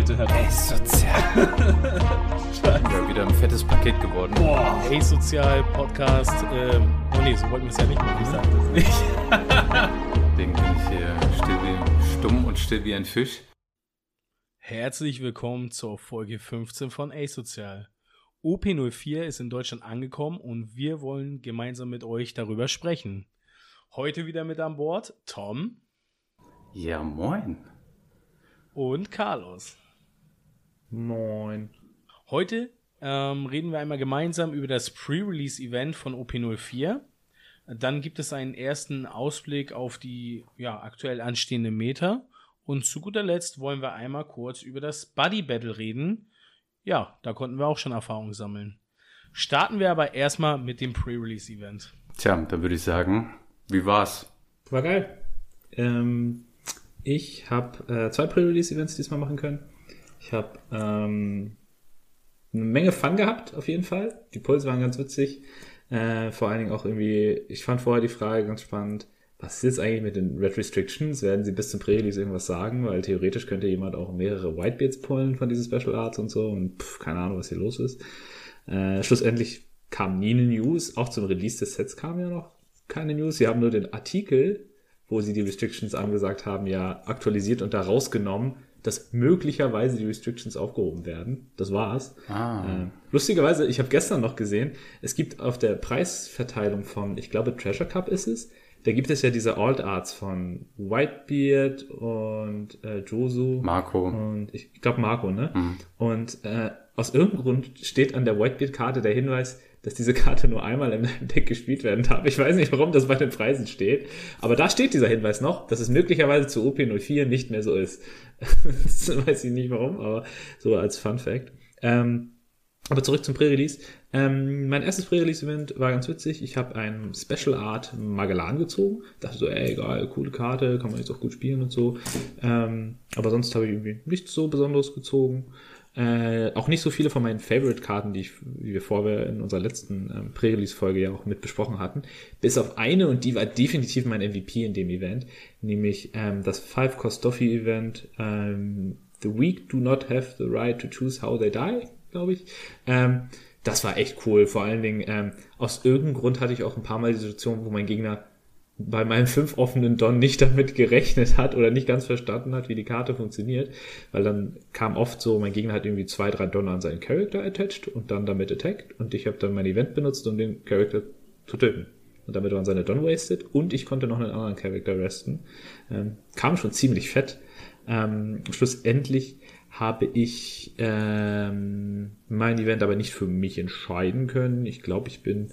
bitte, Herr Tom. Sozial. Ja, wieder ein fettes Paket geworden. Boah, Sozial Podcast. Nee, so wollten wir es ja nicht machen. Ich sag das nicht. Deswegen bin ich hier stumm und still wie ein Fisch. Herzlich willkommen zur Folge 15 von Asozial. OP04 ist in Deutschland angekommen und wir wollen gemeinsam mit euch darüber sprechen. Heute wieder mit an Bord Tom. Ja, moin. Und Carlos. Moin. Heute reden wir einmal gemeinsam über das Pre-Release-Event von OP04. Dann gibt es einen ersten Ausblick auf die aktuell anstehende Meta. Und zu guter Letzt wollen wir einmal kurz über das Buddy Battle reden. Ja, da konnten wir auch schon Erfahrung sammeln. Starten wir aber erstmal mit dem Pre-Release-Event. Tja, dann würde ich sagen, wie war's? War geil. Ich habe 2 Pre-Release-Events diesmal machen können. Ich habe eine Menge Fun gehabt, auf jeden Fall. Die Pulse waren ganz witzig. Vor allen Dingen auch irgendwie, ich fand vorher die Frage ganz spannend, was ist jetzt eigentlich mit den Red Restrictions? Werden sie bis zum Pre-Release irgendwas sagen? Weil theoretisch könnte jemand auch mehrere Whitebeards pullen von diesen Special Arts und so und keine Ahnung, was hier los ist. Schlussendlich kam nie eine News. Auch zum Release des Sets kam ja noch keine News. Sie haben nur den Artikel, wo sie die Restrictions angesagt haben, ja aktualisiert und da rausgenommen, dass möglicherweise die Restrictions aufgehoben werden. Das war's. Lustigerweise, ich habe gestern noch gesehen, es gibt auf der Preisverteilung von, ich glaube Treasure Cup ist es, da gibt es ja diese Alt-Arts von Whitebeard und Josu. Marco. Und ich glaube Marco, ne? Mhm. Und aus irgendeinem Grund steht an der Whitebeard-Karte der Hinweis, dass diese Karte nur einmal im Deck gespielt werden darf. Ich weiß nicht, warum das bei den Preisen steht. Aber da steht dieser Hinweis noch, dass es möglicherweise zu OP04 nicht mehr so ist. Das weiß ich nicht warum, aber so als Fun Fact. Aber zurück zum Pre-Release. Mein erstes Pre-Release-Event war ganz witzig. Ich habe ein Special Art Magellan gezogen. Dachte so, geil, coole Karte, kann man jetzt auch gut spielen und so. Aber sonst habe ich irgendwie nichts so Besonderes gezogen. Auch nicht so viele von meinen Favorite-Karten, die wir vorher in unserer letzten Pre-Release-Folge ja auch mit besprochen hatten. Bis auf eine, und die war definitiv mein MVP in dem Event, nämlich das 5-Cost-Doffy-Event The Weak do not have the right to choose how they die, glaube ich. Das war echt cool. Vor allen Dingen, aus irgendeinem Grund hatte ich auch ein paar Mal die Situation, wo mein Gegner bei meinem 5 offenen Don nicht damit gerechnet hat oder nicht ganz verstanden hat, wie die Karte funktioniert, weil dann kam oft so, mein Gegner hat irgendwie 2, 3 Don an seinen Charakter attached und dann damit attacked und ich habe dann mein Event benutzt, um den Charakter zu töten. Und damit waren seine Don wasted und ich konnte noch einen anderen Charakter resten. Kam schon ziemlich fett. Schlussendlich habe ich mein Event aber nicht für mich entscheiden können. Ich glaube, ich bin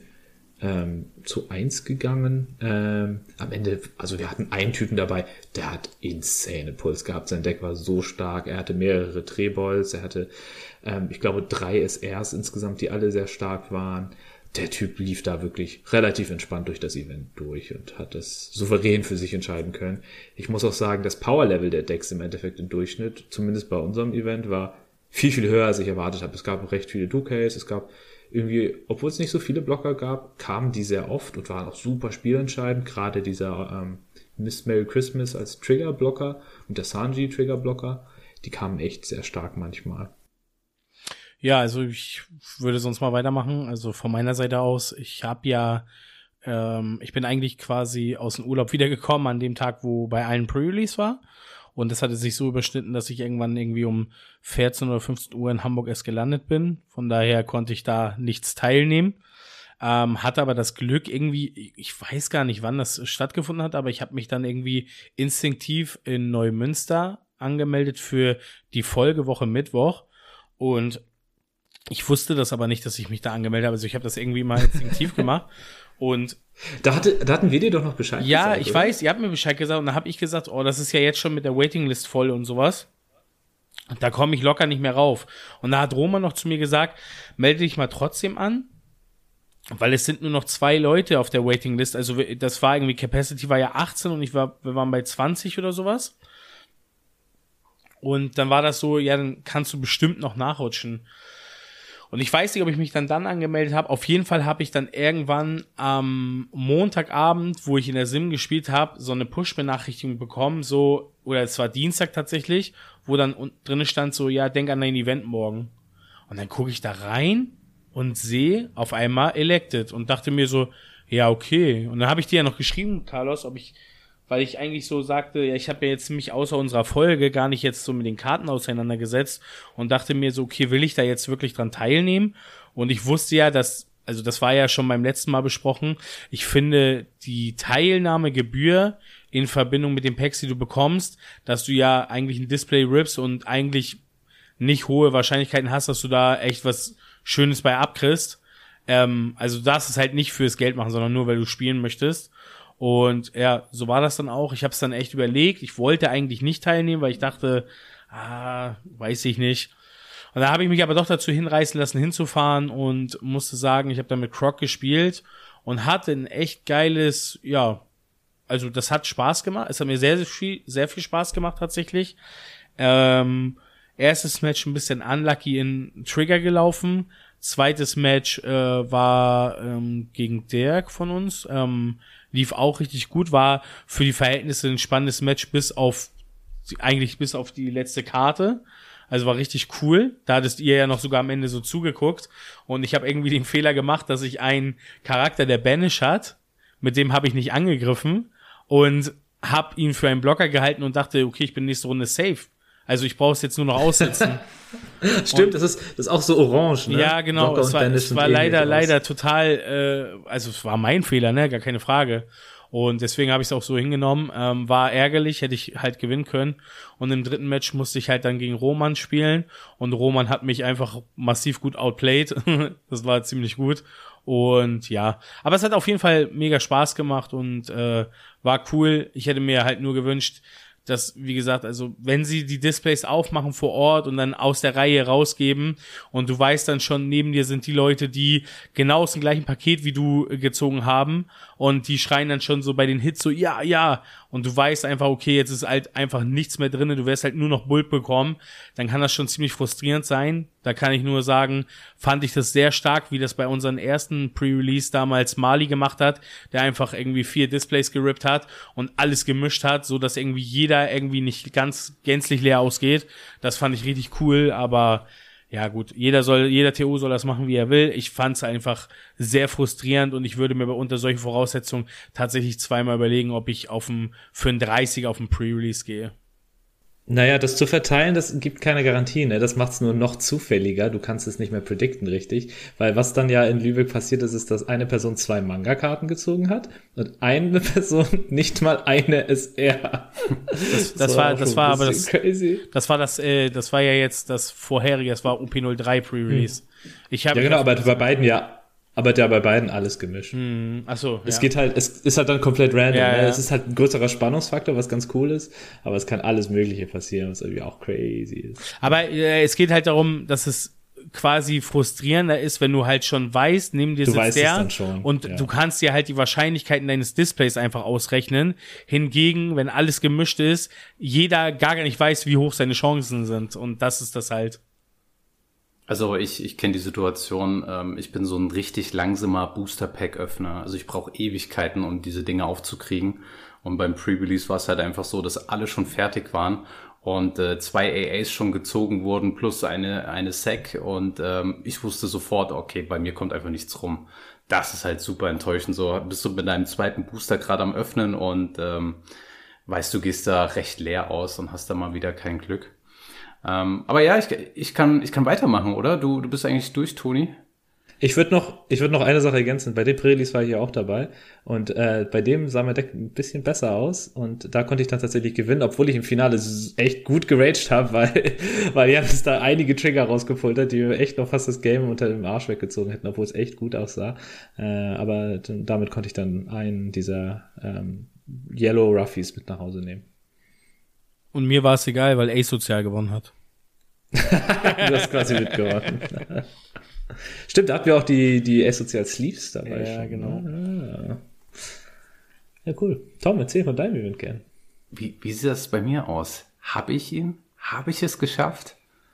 zu 1 gegangen. Am Ende, also wir hatten einen Typen dabei, der hat insane Puls gehabt. Sein Deck war so stark. Er hatte mehrere Trebolls. Er hatte, ich glaube, 3 SRs insgesamt, die alle sehr stark waren. Der Typ lief da wirklich relativ entspannt durch das Event durch und hat das souverän für sich entscheiden können. Ich muss auch sagen, das Power-Level der Decks im Endeffekt im Durchschnitt, zumindest bei unserem Event, war viel, viel höher, als ich erwartet habe. Es gab recht viele 2Ks, es gab irgendwie, obwohl es nicht so viele Blocker gab, kamen die sehr oft und waren auch super spielentscheidend. Gerade dieser Miss Merry Christmas als Trigger-Blocker und der Sanji-Trigger-Blocker, die kamen echt sehr stark manchmal. Ja, also ich würde sonst mal weitermachen. Also von meiner Seite aus, ich bin eigentlich quasi aus dem Urlaub wiedergekommen an dem Tag, wo bei allen Pre-Release war. Und das hatte sich so überschnitten, dass ich irgendwann irgendwie um 14 oder 15 Uhr in Hamburg erst gelandet bin. Von daher konnte ich da nichts teilnehmen. Hatte aber das Glück irgendwie, ich weiß gar nicht, wann das stattgefunden hat, aber ich habe mich dann irgendwie instinktiv in Neumünster angemeldet für die Folgewoche Mittwoch. Und ich wusste das aber nicht, dass ich mich da angemeldet habe. Also ich habe das irgendwie mal instinktiv gemacht. Und da hatten wir dir doch noch Bescheid gesagt. Ja, ich weiß, ihr habt mir Bescheid gesagt und da habe ich gesagt, das ist ja jetzt schon mit der Waitinglist voll und sowas. Da komme ich locker nicht mehr rauf. Und da hat Roman noch zu mir gesagt, melde dich mal trotzdem an, weil es sind nur noch 2 Leute auf der Waitinglist. Also das war irgendwie, Capacity war ja 18 und wir waren bei 20 oder sowas. Und dann war das so, ja, dann kannst du bestimmt noch nachrutschen. Und ich weiß nicht, ob ich mich dann angemeldet habe. Auf jeden Fall habe ich dann irgendwann am Montagabend, wo ich in der Sim gespielt habe, so eine Push-Benachrichtigung bekommen, so, oder es war Dienstag tatsächlich, wo dann drinne stand so, ja, denk an dein Event morgen. Und dann gucke ich da rein und sehe auf einmal Elected und dachte mir so, ja, okay. Und dann habe ich dir ja noch geschrieben, Carlos, weil ich eigentlich so sagte, ja, ich habe ja jetzt mich außer unserer Folge gar nicht jetzt so mit den Karten auseinandergesetzt und dachte mir so, okay, will ich da jetzt wirklich dran teilnehmen? Und ich wusste ja, das war ja schon beim letzten Mal besprochen, ich finde die Teilnahmegebühr in Verbindung mit den Packs, die du bekommst, dass du ja eigentlich ein Display rippst und eigentlich nicht hohe Wahrscheinlichkeiten hast, dass du da echt was Schönes bei abkriegst. Also darfst es halt nicht fürs Geld machen, sondern nur, weil du spielen möchtest. Und ja, so war das dann auch. Ich habe es dann echt überlegt. Ich wollte eigentlich nicht teilnehmen, weil ich dachte, weiß ich nicht. Und da habe ich mich aber doch dazu hinreißen lassen, hinzufahren und musste sagen, ich habe dann mit Croc gespielt und hatte ein echt geiles, ja, also das hat Spaß gemacht. Es hat mir sehr viel Spaß gemacht tatsächlich. Erstes Match ein bisschen unlucky in Trigger gelaufen. Zweites Match war gegen Dirk von uns. Lief auch richtig gut, war für die Verhältnisse ein spannendes Match bis auf die letzte Karte. Also war richtig cool. Da hattest ihr ja noch sogar am Ende so zugeguckt. Und ich habe irgendwie den Fehler gemacht, dass ich einen Charakter, der Banish hat, mit dem habe ich nicht angegriffen und habe ihn für einen Blocker gehalten und dachte, okay, ich bin nächste Runde safe. Also ich brauche es jetzt nur noch aussitzen. Stimmt, das ist auch so orange, ne? Ja, genau. Es war leider total, also es war mein Fehler, ne? Gar keine Frage. Und deswegen habe ich es auch so hingenommen. War ärgerlich, hätte ich halt gewinnen können. Und im dritten Match musste ich halt dann gegen Roman spielen. Und Roman hat mich einfach massiv gut outplayed. Das war ziemlich gut. Und ja, aber es hat auf jeden Fall mega Spaß gemacht und war cool. Ich hätte mir halt nur gewünscht, dass, wie gesagt, also wenn sie die Displays aufmachen vor Ort und dann aus der Reihe rausgeben und du weißt dann schon, neben dir sind die Leute, die genau aus dem gleichen Paket wie du gezogen haben und die schreien dann schon so bei den Hits so, ja, ja, und du weißt einfach, okay, jetzt ist halt einfach nichts mehr drin, du wirst halt nur noch Bulk bekommen, dann kann das schon ziemlich frustrierend sein. Da kann ich nur sagen, fand ich das sehr stark, wie das bei unseren ersten Pre-Release damals Mali gemacht hat, der einfach irgendwie 4 Displays gerippt hat und alles gemischt hat, so dass irgendwie jeder irgendwie nicht ganz gänzlich leer ausgeht. Das fand ich richtig cool, aber ja gut, jeder TO soll das machen, wie er will. Ich fand es einfach sehr frustrierend und ich würde mir unter solchen Voraussetzungen tatsächlich zweimal überlegen, ob ich für einen 30er auf den Pre-Release gehe. Naja, das zu verteilen, das gibt keine Garantie, ne? Das macht's nur noch zufälliger. Du kannst es nicht mehr predikten, richtig? Weil was dann ja in Lübeck passiert ist, dass eine Person 2 Manga-Karten gezogen hat und eine Person nicht mal eine SR. Das war ja jetzt das vorherige, das war OP03 Pre-Release. Ja genau, aber bei beiden alles gemischt. Ach so, es ist halt dann komplett random. Ja, ja. Es ist halt ein größerer Spannungsfaktor, was ganz cool ist, aber es kann alles Mögliche passieren, was irgendwie auch crazy ist. Aber es geht halt darum, dass es quasi frustrierender ist, wenn du halt schon weißt, neben dir sitzt der und du kannst dir halt die Wahrscheinlichkeiten deines Displays einfach ausrechnen. Hingegen, wenn alles gemischt ist, jeder gar nicht weiß, wie hoch seine Chancen sind und das ist das halt. Also ich kenne die Situation, ich bin so ein richtig langsamer Booster-Pack-Öffner. Also ich brauche Ewigkeiten, um diese Dinge aufzukriegen. Und beim Pre-Release war es halt einfach so, dass alle schon fertig waren und 2 AAs schon gezogen wurden plus eine Sec und ich wusste sofort, okay, bei mir kommt einfach nichts rum. Das ist halt super enttäuschend. So bist du mit deinem zweiten Booster gerade am Öffnen und weißt, du gehst da recht leer aus und hast da mal wieder kein Glück. Aber ja, ich kann weitermachen, oder? Du bist eigentlich durch, Toni? Ich würde noch eine Sache ergänzen. Bei dem Pre-Release war ich ja auch dabei und bei dem sah mein Deck ein bisschen besser aus und da konnte ich dann tatsächlich gewinnen, obwohl ich im Finale echt gut geraged habe, weil die haben es da einige Trigger rausgepultert, die mir echt noch fast das Game unter dem Arsch weggezogen hätten, obwohl es echt gut aussah. Aber damit konnte ich dann einen dieser Yellow Ruffies mit nach Hause nehmen. Und mir war es egal, weil Asozial gewonnen hat. Du hast quasi mitgewonnen. Stimmt, da hatten wir auch die Asozial Sleeves dabei. Ja, schon. Genau. Ja, cool. Tom, erzähl von deinem Event gern. Wie sieht das bei mir aus? Habe ich ihn? Habe ich es geschafft?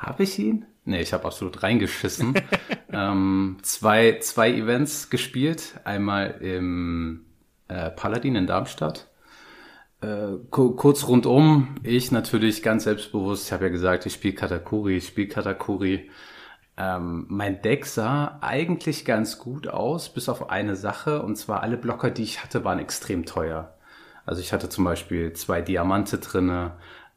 Habe ich ihn? Nee, ich habe absolut reingeschissen. Zwei Events gespielt. Einmal im Paladin in Darmstadt. Kurz rundum, ich natürlich ganz selbstbewusst, ich habe ja gesagt, ich spiele Katakuri. Mein Deck sah eigentlich ganz gut aus, bis auf eine Sache, und zwar alle Blocker, die ich hatte, waren extrem teuer. Also ich hatte zum Beispiel 2 Diamante drinne,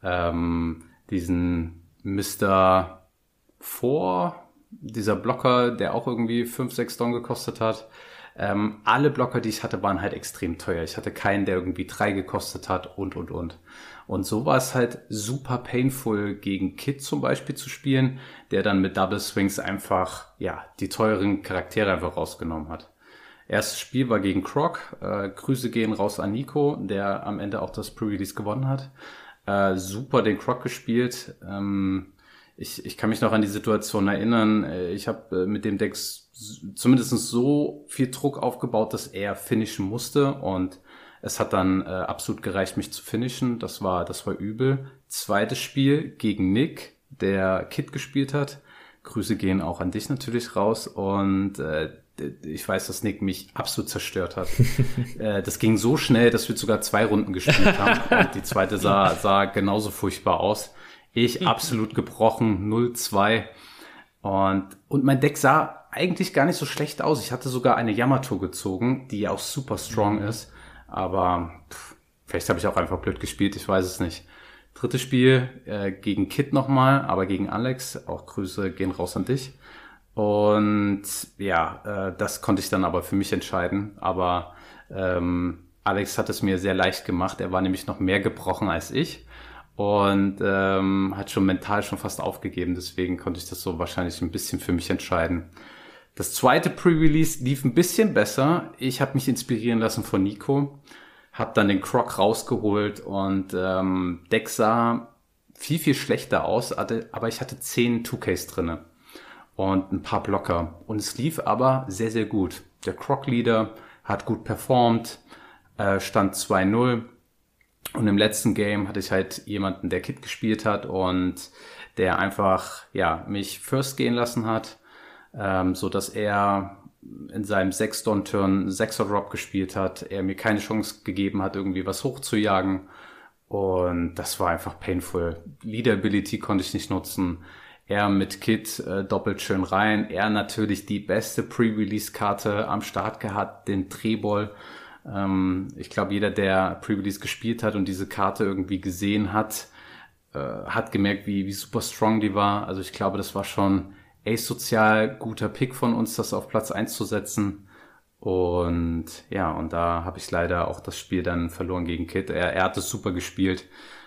diesen Mr. 4, dieser Blocker, der auch irgendwie 5-6 Don gekostet hat. Alle Blocker, die ich hatte, waren halt extrem teuer. Ich hatte keinen, der irgendwie 3 gekostet hat und. Und so war es halt super painful, gegen Kid zum Beispiel zu spielen, der dann mit Double Swings einfach, ja, die teuren Charaktere einfach rausgenommen hat. Erstes Spiel war gegen Croc. Grüße gehen raus an Nico, der am Ende auch das Pre-Release gewonnen hat. Super den Croc gespielt. Ich kann mich noch an die Situation erinnern. Ich habe mit dem Deck zumindest so viel Druck aufgebaut, dass er finishen musste, und es hat dann absolut gereicht, mich zu finishen. Das war übel. Zweites Spiel gegen Nick, der Kid gespielt hat. Grüße gehen auch an dich natürlich raus, und ich weiß, dass Nick mich absolut zerstört hat. Das ging so schnell, dass wir sogar 2 Runden gespielt haben, und die zweite sah genauso furchtbar aus. Ich absolut gebrochen, 0-2. Und mein Deck sah eigentlich gar nicht so schlecht aus. Ich hatte sogar eine Yamato gezogen, die auch super strong ist. Aber vielleicht habe ich auch einfach blöd gespielt, ich weiß es nicht. Drittes Spiel gegen Kid nochmal, aber gegen Alex. Auch Grüße gehen raus an dich. Und ja, das konnte ich dann aber für mich entscheiden. Aber Alex hat es mir sehr leicht gemacht. Er war nämlich noch mehr gebrochen als ich. Und hat schon mental fast aufgegeben. Deswegen konnte ich das so wahrscheinlich ein bisschen für mich entscheiden. Das zweite Pre-Release lief ein bisschen besser. Ich habe mich inspirieren lassen von Nico. Habe dann den Croc rausgeholt, und Deck sah viel schlechter aus. Aber ich hatte 10 2Ks drinne und ein paar Blocker. Und es lief aber sehr, sehr gut. Der Croc-Leader hat gut performt, stand 2-0. Und im letzten Game hatte ich halt jemanden, der Kid gespielt hat und der einfach, ja, mich first gehen lassen hat, so dass er in seinem 6-Don-Turn 6er-Drop gespielt hat, er mir keine Chance gegeben hat, irgendwie was hochzujagen, und das war einfach painful. Leader-Ability konnte ich nicht nutzen. Er mit Kid doppelt schön rein. Er natürlich die beste Pre-Release-Karte am Start gehabt, den Trebol. Ich glaube, jeder, der Pre-Release gespielt hat und diese Karte irgendwie gesehen hat, hat gemerkt, wie super strong die war. Also ich glaube, das war schon asozial guter Pick von uns, das auf Platz 1 zu setzen. Und ja, und da habe ich leider auch das Spiel dann verloren gegen Kid. Er hat es super gespielt.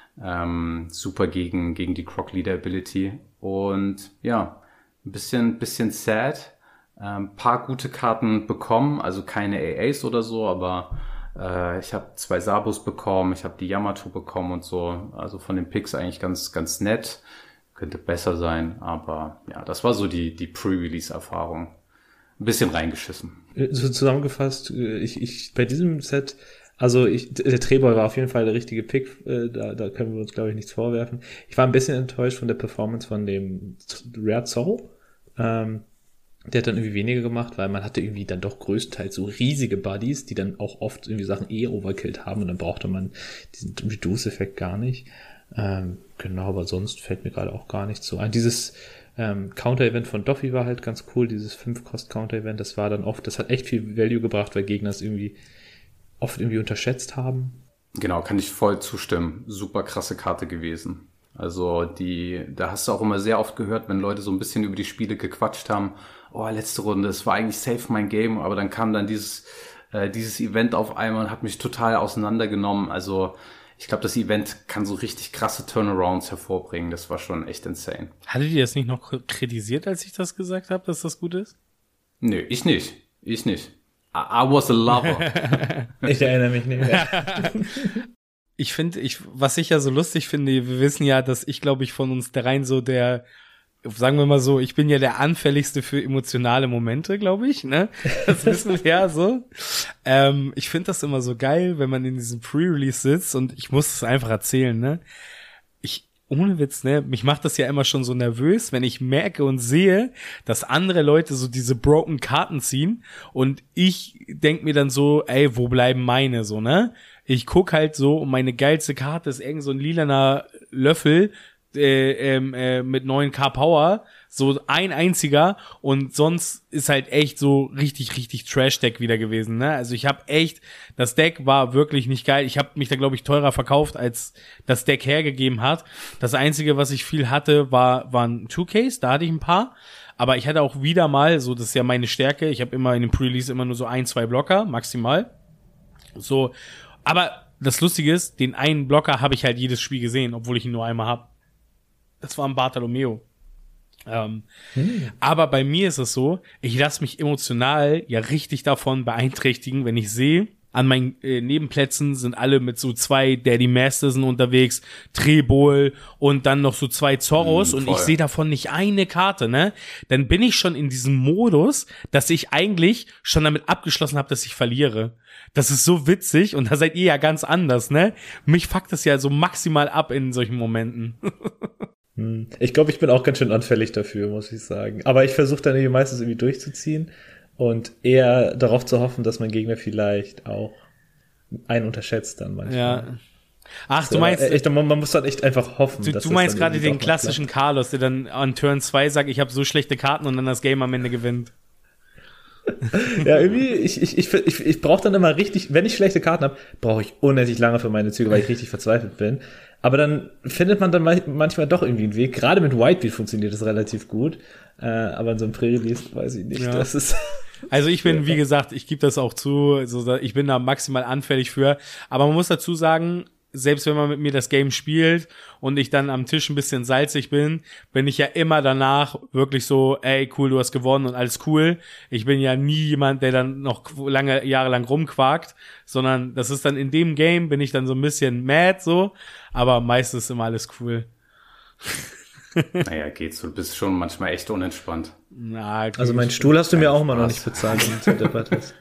Super gegen die Croc Leader Ability. Und ja, ein bisschen sad. Paar gute Karten bekommen, also keine AAs oder so, aber ich habe 2 Sabos bekommen, ich habe die Yamato bekommen und so. Also von den Picks eigentlich ganz nett. Könnte besser sein, aber ja, das war so die Pre-Release-Erfahrung. Ein bisschen reingeschissen. So zusammengefasst, ich bei diesem Set, also der Trebol war auf jeden Fall der richtige Pick, da können wir uns, glaube ich, nichts vorwerfen. Ich war ein bisschen enttäuscht von der Performance von dem Rare Zorro. Der hat dann irgendwie weniger gemacht, weil man hatte irgendwie dann doch größtenteils so riesige Buddies, die dann auch oft irgendwie Sachen overkillt haben, und dann brauchte man diesen Reduce-Effekt gar nicht. Genau, aber sonst fällt mir gerade auch gar nichts so ein. Dieses Counter-Event von Doffy war halt ganz cool, dieses 5-Cost-Counter-Event, das hat echt viel Value gebracht, weil Gegner es irgendwie oft irgendwie unterschätzt haben. Genau, kann ich voll zustimmen. Super krasse Karte gewesen. Also da hast du auch immer sehr oft gehört, wenn Leute so ein bisschen über die Spiele gequatscht haben, oh, letzte Runde, es war eigentlich safe mein Game, aber dann kam dann dieses Event auf einmal und hat mich total auseinandergenommen. Also ich glaube, das Event kann so richtig krasse Turnarounds hervorbringen. Das war schon echt insane. Hattet ihr das nicht noch kritisiert, als ich das gesagt habe, dass das gut ist? Nö, ich nicht. I was a lover. Ich erinnere mich nicht mehr. Was ich ja so lustig finde, wir wissen ja, dass ich, glaube ich, von uns dreien so sagen wir mal so, ich bin ja der anfälligste für emotionale Momente, glaube ich, ne? Das wissen wir ja so. Ich finde das immer so geil, wenn man in diesem Pre-Release sitzt, und ich muss es einfach erzählen, ne? ohne Witz, ne, mich macht das ja immer schon so nervös, wenn ich merke und sehe, dass andere Leute so diese broken Karten ziehen und ich denk mir dann so, ey, wo bleiben meine, so, ne? Ich guck halt so und meine geilste Karte ist irgend so ein lilaner Löffel mit 9k Power, so ein einziger und sonst ist halt echt so richtig Trash-Deck wieder gewesen, ne? Also ich habe echt, das Deck war wirklich nicht geil. Ich habe mich da, glaube ich, teurer verkauft, als das Deck hergegeben hat. Das Einzige, was ich viel hatte, waren 2Ks, da hatte ich ein paar. Aber ich hatte auch wieder mal, so das ist ja meine Stärke, ich habe immer in dem Pre-Release immer nur so 1-2 Blocker, maximal. So, aber das Lustige ist, den einen Blocker habe ich halt jedes Spiel gesehen, obwohl ich ihn nur einmal habe. Das war ein Bartolomeo. Aber bei mir ist es so, ich lasse mich emotional ja richtig davon beeinträchtigen, wenn ich sehe, an meinen Nebenplätzen sind alle mit so 2 Daddy Mastersen unterwegs, Trebol und dann noch so 2 Zorros und ich sehe davon nicht eine Karte, ne? Dann bin ich schon in diesem Modus, dass ich eigentlich schon damit abgeschlossen habe, dass ich verliere. Das ist so witzig und da seid ihr ja ganz anders, ne? Mich fuckt das ja so maximal ab in solchen Momenten. Ich glaube, ich bin auch ganz schön anfällig dafür, muss ich sagen. Aber ich versuche dann meistens irgendwie durchzuziehen und eher darauf zu hoffen, dass mein Gegner vielleicht auch einen unterschätzt dann manchmal. Ja. Ach, du meinst... man muss dann echt einfach hoffen. Du meinst gerade den klassischen Carlos, der dann an Turn 2 sagt, ich habe so schlechte Karten und dann das Game am Ende gewinnt. Ja, irgendwie, ich brauche dann immer richtig, wenn ich schlechte Karten habe, brauche ich unendlich lange für meine Züge, weil ich richtig verzweifelt bin. Aber dann findet man dann manchmal doch irgendwie einen Weg. Gerade mit Whitebeard funktioniert das relativ gut. Aber in so einem Pre-Release weiß ich nicht. Ja. Das ist also ich bin, wie gesagt, ich gebe das auch zu, also ich bin da maximal anfällig für. Aber man muss dazu sagen, selbst wenn man mit mir das Game spielt und ich dann am Tisch ein bisschen salzig bin ich ja immer danach wirklich so, ey, cool, du hast gewonnen und alles cool. Ich bin ja nie jemand, der dann noch jahrelang rumquakt, sondern das ist dann in dem Game, bin ich dann so ein bisschen mad so, aber meistens ist immer alles cool. Naja, geht so. Du bist schon manchmal echt unentspannt. Na, okay, also meinen Stuhl hast du mir auch immer noch nicht bezahlt, wenn du dabei hast.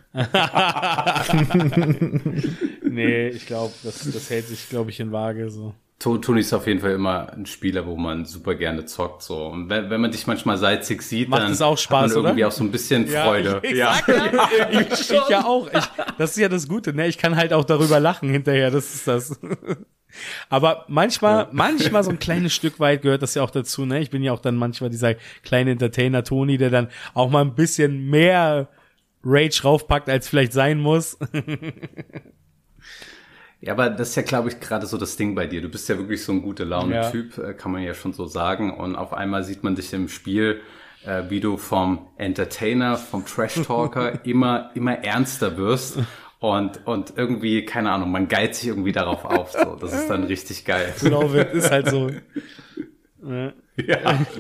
Nee, ich glaube, das hält sich, glaube ich, in Waage so. Toni ist auf jeden Fall immer ein Spieler, wo man super gerne zockt, so. Und wenn man dich manchmal salzig sieht, macht dann es auch Spaß, hat man irgendwie oder? auch so ein bisschen Freude. Ich ja auch. Das ist ja das Gute, ne? Ich kann halt auch darüber lachen hinterher, das ist das. Aber manchmal so ein kleines Stück weit gehört das ja auch dazu, ne? Ich bin ja auch dann manchmal dieser kleine Entertainer Toni, der dann auch mal ein bisschen mehr Rage raufpackt, als vielleicht sein muss. Ja, aber das ist ja, glaube ich, gerade so das Ding bei dir. Du bist ja wirklich so ein gute Laune-Typ, kann man ja schon so sagen. Und auf einmal sieht man dich im Spiel, wie du vom Entertainer, vom Trash-Talker immer ernster wirst. Und irgendwie, keine Ahnung, man geilt sich irgendwie darauf auf. So, das ist dann richtig geil. Genau, ist halt so. Ja.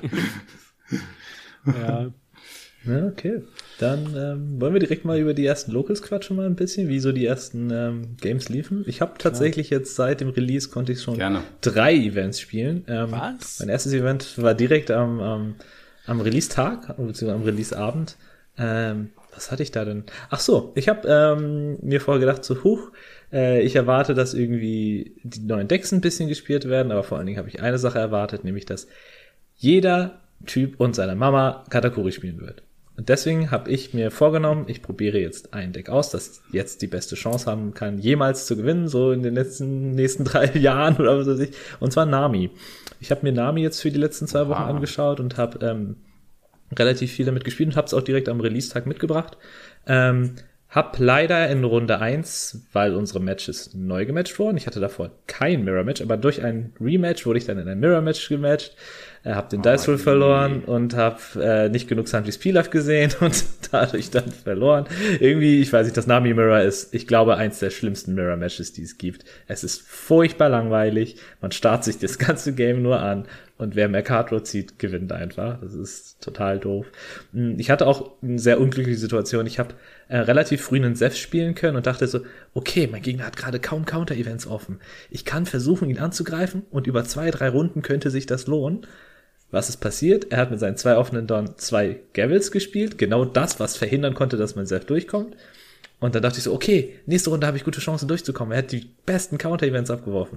Ja. Ja, okay. Dann wollen wir direkt mal über die ersten Locals quatschen mal ein bisschen, wie so die ersten Games liefen. Ich habe tatsächlich jetzt seit dem Release konnte ich schon 3 Events spielen. Was? Mein erstes Event war direkt am Release-Tag, beziehungsweise am Release-Abend. Was hatte ich da denn? Ach so, ich habe mir vorher gedacht, ich erwarte, dass irgendwie die neuen Decks ein bisschen gespielt werden, aber vor allen Dingen habe ich eine Sache erwartet, nämlich, dass jeder Typ und seine Mama Katakuri spielen wird. Und deswegen habe ich mir vorgenommen, ich probiere jetzt ein Deck aus, das jetzt die beste Chance haben kann, jemals zu gewinnen, so in den nächsten 3 Jahren oder was weiß ich. Und zwar Nami. Ich habe mir Nami jetzt für die letzten 2 Wochen angeschaut und habe relativ viel damit gespielt und habe es auch direkt am Release-Tag mitgebracht. Hab leider in Runde 1, weil unsere Matches neu gematcht wurden, ich hatte davor kein Mirror-Match, aber durch ein Rematch wurde ich dann in ein Mirror-Match gematcht, hab den Dice Roll verloren und hab nicht genug Sandwich Pilaf gesehen und dadurch dann verloren. Irgendwie, ich weiß nicht, das Nami Mirror ist, ich glaube, eins der schlimmsten Mirror-Matches, die es gibt. Es ist furchtbar langweilig, man starrt sich das ganze Game nur an und wer mehr Card Draw zieht, gewinnt einfach. Das ist total doof. Ich hatte auch eine sehr unglückliche Situation. Ich habe relativ früh einen Zeph spielen können und dachte so, okay, mein Gegner hat gerade kaum Counter-Events offen. Ich kann versuchen, ihn anzugreifen und über 2, 3 Runden könnte sich das lohnen. Was ist passiert? Er hat mit seinen 2 offenen Dorn 2 Gavels gespielt. Genau das, was verhindern konnte, dass mein Zeph durchkommt. Und dann dachte ich so, okay, nächste Runde habe ich gute Chancen durchzukommen. Er hat die besten Counter-Events abgeworfen.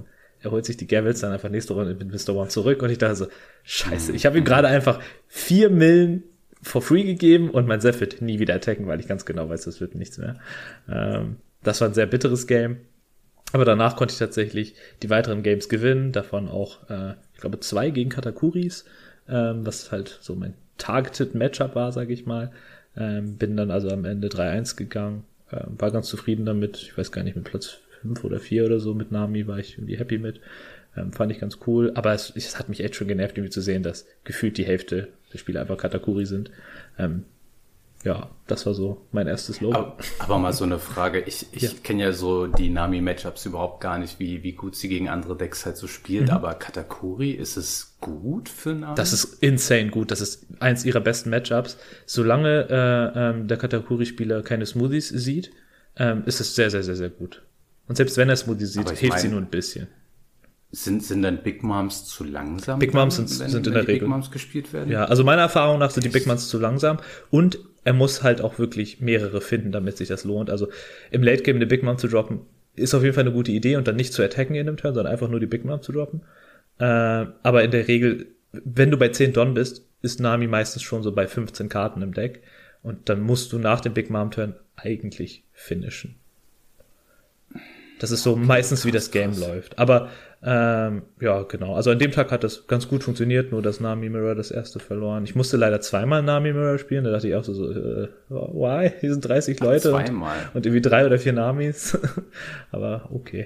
er holt sich die Gavels dann einfach nächste Runde mit Mr. One zurück und ich dachte so, scheiße, ich habe ihm gerade einfach 4 Millen for free gegeben und mein Zeph wird nie wieder attacken, weil ich ganz genau weiß, das wird nichts mehr. Das war ein sehr bitteres Game. Aber danach konnte ich tatsächlich die weiteren Games gewinnen, davon auch, ich glaube, 2 gegen Katakuris, was halt so mein Targeted Matchup war, sage ich mal. Bin dann also am Ende 3-1 gegangen, war ganz zufrieden damit, ich weiß gar nicht, mit Platz 5 oder 4 oder so mit Nami war ich irgendwie happy mit. Fand ich ganz cool, aber es hat mich echt schon genervt, irgendwie zu sehen, dass gefühlt die Hälfte der Spieler einfach Katakuri sind. Ja, das war so mein erstes Lob. Aber mal so eine Frage, ich kenne ja so die Nami-Matchups überhaupt gar nicht, wie gut sie gegen andere Decks halt so spielt, aber Katakuri, ist es gut für Nami? Das ist insane gut, das ist eins ihrer besten Matchups. Solange der Katakuri-Spieler keine Smoothies sieht, ist es sehr, sehr, sehr, sehr gut. Und selbst wenn er Smoothies sieht, hilft sie nur ein bisschen. Sind dann Big Moms zu langsam? Big Moms sind in der Regel. Big Moms gespielt werden? Ja, also meiner Erfahrung nach sind die Big Moms zu langsam und er muss halt auch wirklich mehrere finden, damit sich das lohnt. Also im Late Game eine Big Mom zu droppen, ist auf jeden Fall eine gute Idee und dann nicht zu attacken in dem Turn, sondern einfach nur die Big Mom zu droppen. Aber in der Regel, wenn du bei 10 Don bist, ist Nami meistens schon so bei 15 Karten im Deck und dann musst du nach dem Big Mom Turn eigentlich finishen. Das ist so meistens, wie das Game läuft. Aber ja, genau. Also an dem Tag hat das ganz gut funktioniert, nur dass Nami Mirror das erste verloren. Ich musste leider 2-mal Nami Mirror spielen. Da dachte ich auch so why? Hier sind 30 Leute. 2-mal. Und irgendwie 3 oder 4 Namis. Aber okay.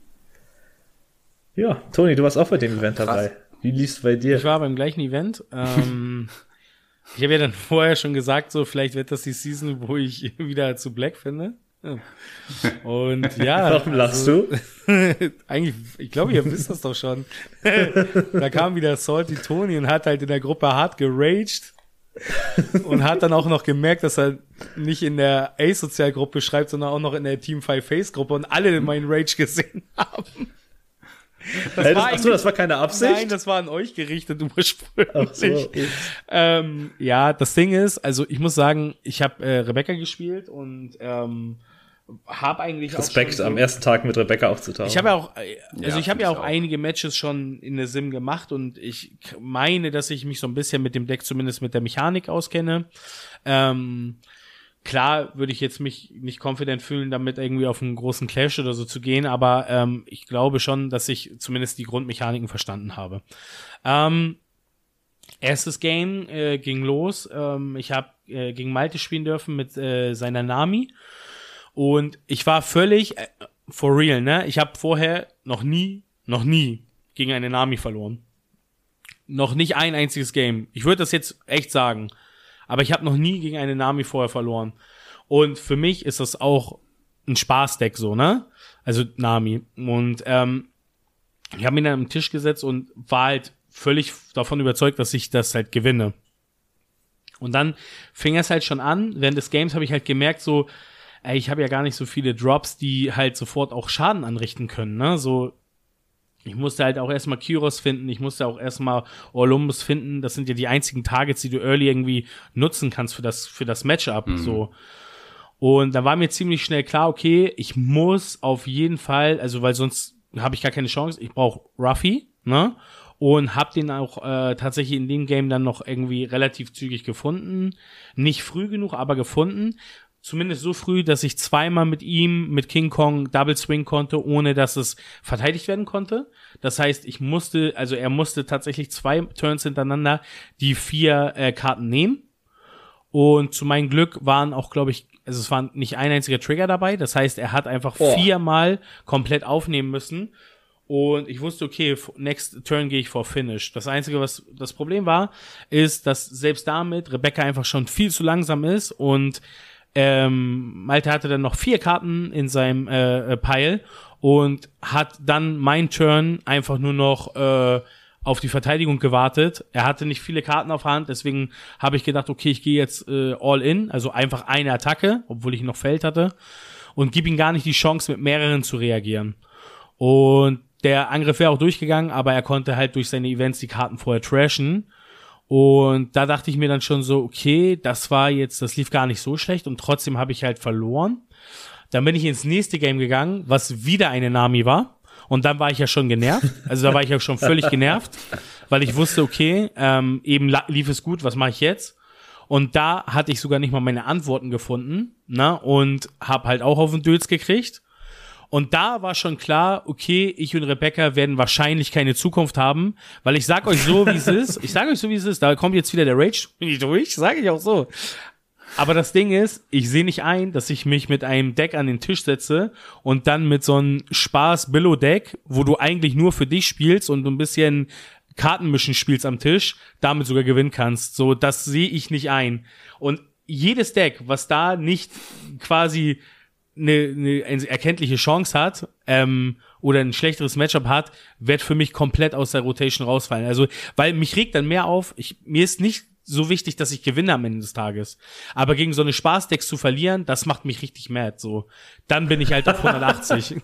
Ja, Toni, du warst auch bei dem Event dabei. Wie lief's bei dir? Ich war beim gleichen Event. Ich habe ja dann vorher schon gesagt, so vielleicht wird das die Season, wo ich wieder zu Black finde. Und ja. Warum lachst du? Eigentlich, ich glaube, ihr wisst das doch schon. Da kam wieder Salty Tony und hat halt in der Gruppe hart geraged und hat dann auch noch gemerkt, dass er nicht in der A-Sozialgruppe schreibt, sondern auch noch in der Team 5 Face Gruppe und alle meinen Rage gesehen haben. Das war keine Absicht? Nein, das war an euch gerichtet ursprünglich. Ach so. Ja, das Ding ist, also ich muss sagen, ich habe Rebecca gespielt und habe eigentlich Respekt, auch schon so, am ersten Tag mit Rebecca aufzutauchen. Ich habe ja auch, ich habe ja auch auch einige Matches schon in der Sim gemacht und ich meine, dass ich mich so ein bisschen mit dem Deck, zumindest mit der Mechanik auskenne. Klar würde ich jetzt mich nicht confident fühlen, damit irgendwie auf einen großen Clash oder so zu gehen, aber ich glaube schon, dass ich zumindest die Grundmechaniken verstanden habe. Erstes Game ging los. Ich habe gegen Malte spielen dürfen mit seiner Nami und ich war völlig for real, ne? Ich habe vorher noch nie gegen eine Nami verloren. Noch nicht ein einziges Game. Ich würde das jetzt echt sagen. Aber ich habe noch nie gegen eine Nami vorher verloren. Und für mich ist das auch ein Spaßdeck so, ne? Also Nami. Und ich habe mich dann am Tisch gesetzt und war halt völlig davon überzeugt, dass ich das halt gewinne. Und dann fing es halt schon an. Während des Games habe ich halt gemerkt, so, ey, ich habe ja gar nicht so viele Drops, die halt sofort auch Schaden anrichten können, ne? So, ich musste halt auch erstmal Kyros finden, ich musste auch erstmal Orlumbus finden. Das sind ja die einzigen Targets, die du early irgendwie nutzen kannst für das Matchup, so. Und da war mir ziemlich schnell klar, okay, ich muss auf jeden Fall, also weil sonst habe ich gar keine Chance, ich brauche Ruffy, ne? Und habe den auch tatsächlich in dem Game dann noch irgendwie relativ zügig gefunden. Nicht früh genug, aber gefunden. Zumindest so früh, dass ich zweimal mit ihm, mit King Kong, Double Swing konnte, ohne dass es verteidigt werden konnte. Das heißt, er musste tatsächlich 2 Turns hintereinander die 4 Karten nehmen. Und zu meinem Glück waren auch, glaube ich, also es war nicht ein einziger Trigger dabei. Das heißt, er hat einfach 4-mal komplett aufnehmen müssen. Und ich wusste, okay, next turn gehe ich vor Finish. Das Einzige, was das Problem war, ist, dass selbst damit Rebecca einfach schon viel zu langsam ist und Malte hatte dann noch 4 Karten in seinem Pile und hat dann mein Turn einfach nur noch auf die Verteidigung gewartet. Er hatte nicht viele Karten auf Hand, deswegen habe ich gedacht, okay, ich gehe jetzt all in, also einfach eine Attacke, obwohl ich noch Feld hatte und gebe ihm gar nicht die Chance, mit mehreren zu reagieren. Und der Angriff wäre auch durchgegangen, aber er konnte halt durch seine Events die Karten vorher trashen. Und da dachte ich mir dann schon so, okay, das lief gar nicht so schlecht und trotzdem habe ich halt verloren. Dann bin ich ins nächste Game gegangen, was wieder eine Nami war Und dann war ich ja schon genervt. Also da war ich ja schon völlig genervt, weil ich wusste, okay, eben lief es gut, was mache ich jetzt? Und da hatte ich sogar nicht mal meine Antworten gefunden, ne? Und habe halt auch auf den Dötz gekriegt. Und da war schon klar, okay, ich und Rebecca werden wahrscheinlich keine Zukunft haben, weil ich sag euch so, wie es ist. Ich sage euch so, wie es ist. Da kommt jetzt wieder der Rage nicht durch, sage ich auch so. Aber das Ding ist, ich sehe nicht ein, dass ich mich mit einem Deck an den Tisch setze und dann mit so einem Spaß-Billo-Deck, wo du eigentlich nur für dich spielst und ein bisschen Kartenmischen spielst am Tisch, damit sogar gewinnen kannst. So, das sehe ich nicht ein. Und jedes Deck, was da nicht quasi eine erkenntliche Chance hat oder ein schlechteres Matchup hat, wird für mich komplett aus der Rotation rausfallen. Also, weil mich regt dann mehr auf, mir ist nicht so wichtig, dass ich gewinne am Ende des Tages. Aber gegen so eine Spaßdecks zu verlieren, das macht mich richtig mad. So, dann bin ich halt auf 180.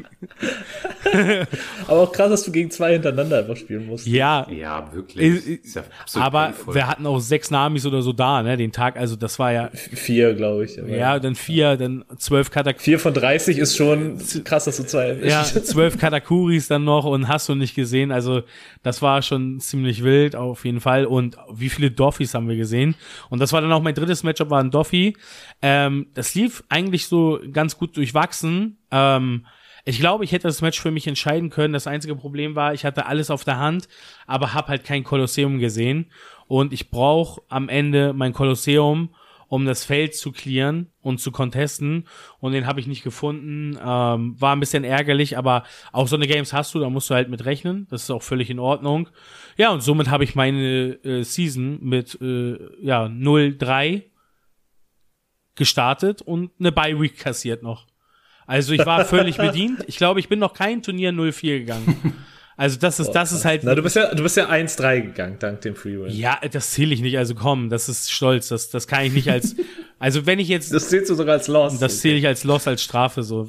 Aber auch krass, dass du gegen 2 hintereinander einfach spielen musst. Ja. Ja, wirklich. Ist ja aber painful. wir hatten auch 6 Namis oder so da, ne, den Tag. Also das war ja 4, glaube ich. ja, dann 4, dann 12 Katakuris. 4 von 30 ist schon krass, dass du 2 Ja, 12 Katakuris dann noch und hast du nicht gesehen. Also das war schon ziemlich wild auf jeden Fall. Und wie viele Doffys haben wir gesehen? Und das war dann auch mein drittes Matchup, war ein Doffy. Das lief eigentlich so ganz gut durchwachsen. Ich glaube, ich hätte das Match für mich entscheiden können. Das einzige Problem war, ich hatte alles auf der Hand, aber habe halt kein Kolosseum gesehen. Und ich brauche am Ende mein Kolosseum, um das Feld zu clearen und zu contesten. Und den habe ich nicht gefunden. War ein bisschen ärgerlich, aber auch so eine Games hast du, da musst du halt mit rechnen. Das ist auch völlig in Ordnung. Ja, und somit habe ich meine Season mit 0-3 gestartet und eine Bye-Week kassiert noch. Also ich war völlig bedient. Ich glaube, ich bin noch kein Turnier 0-4 gegangen. Also das ist halt. Na, du bist ja 1-3 gegangen, dank dem Freewin. Ja, das zähle ich nicht. Also komm, das ist stolz. Das kann ich nicht als. Also wenn ich jetzt. Das zählst du sogar als Loss. Das zähle ich als Loss, als Strafe so.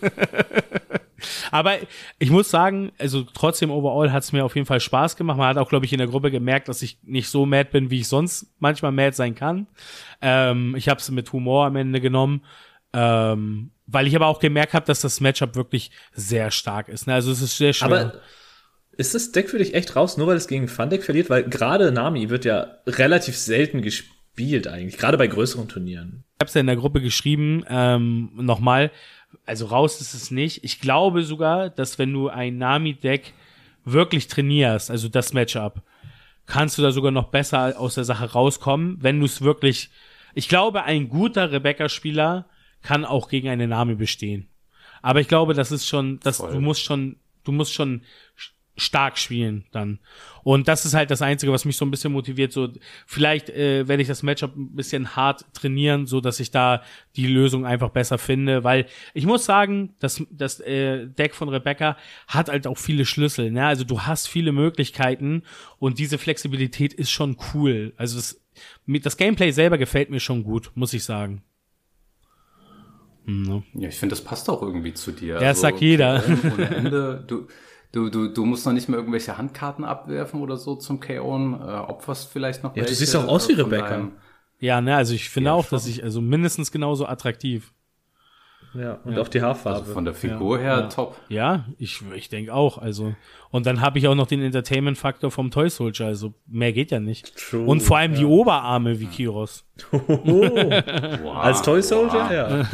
Aber ich muss sagen, also trotzdem overall hat es mir auf jeden Fall Spaß gemacht. Man hat auch, glaube ich, in der Gruppe gemerkt, dass ich nicht so mad bin, wie ich sonst manchmal mad sein kann. Ich habe es mit Humor am Ende genommen. Weil ich aber auch gemerkt habe, dass das Matchup wirklich sehr stark ist. Ne? Also es ist sehr schwer. Aber ist das Deck für dich echt raus, nur weil es gegen Fun-Deck verliert? Weil gerade Nami wird ja relativ selten gespielt eigentlich, gerade bei größeren Turnieren. Ich habe es ja in der Gruppe geschrieben, nochmal, also raus ist es nicht. Ich glaube sogar, dass wenn du ein Nami-Deck wirklich trainierst, also das Matchup, kannst du da sogar noch besser aus der Sache rauskommen, wenn du es wirklich, ich glaube, ein guter Rebecca-Spieler kann auch gegen eine Nami bestehen. Aber ich glaube, das ist schon, du musst schon stark spielen dann. Und das ist halt das Einzige, was mich so ein bisschen motiviert. So, vielleicht werde ich das Matchup ein bisschen hart trainieren, so dass ich da die Lösung einfach besser finde. Weil ich muss sagen, das Deck von Rebecca hat halt auch viele Schlüssel. Ne? Also du hast viele Möglichkeiten und diese Flexibilität ist schon cool. Also das Gameplay selber gefällt mir schon gut, muss ich sagen. Ja, ich finde, das passt auch irgendwie zu dir. Ja, das sagt jeder. Ohne Ende. Du musst noch nicht mehr irgendwelche Handkarten abwerfen oder so zum KO'en. Opferst vielleicht noch welche. Du siehst auch aus wie Rebecca. Ja, ne, also ich finde auch, dass ich, also mindestens genauso attraktiv. Ja, und auch die Haarfarbe. Also von der Figur her top. Ja, ich denke auch, also. Und dann habe ich auch noch den Entertainment-Faktor vom Toy Soldier, also mehr geht ja nicht. True, und vor allem die Oberarme wie Kiros. Wow. Als Toy Soldier, ja.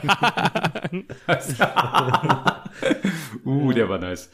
Der war nice.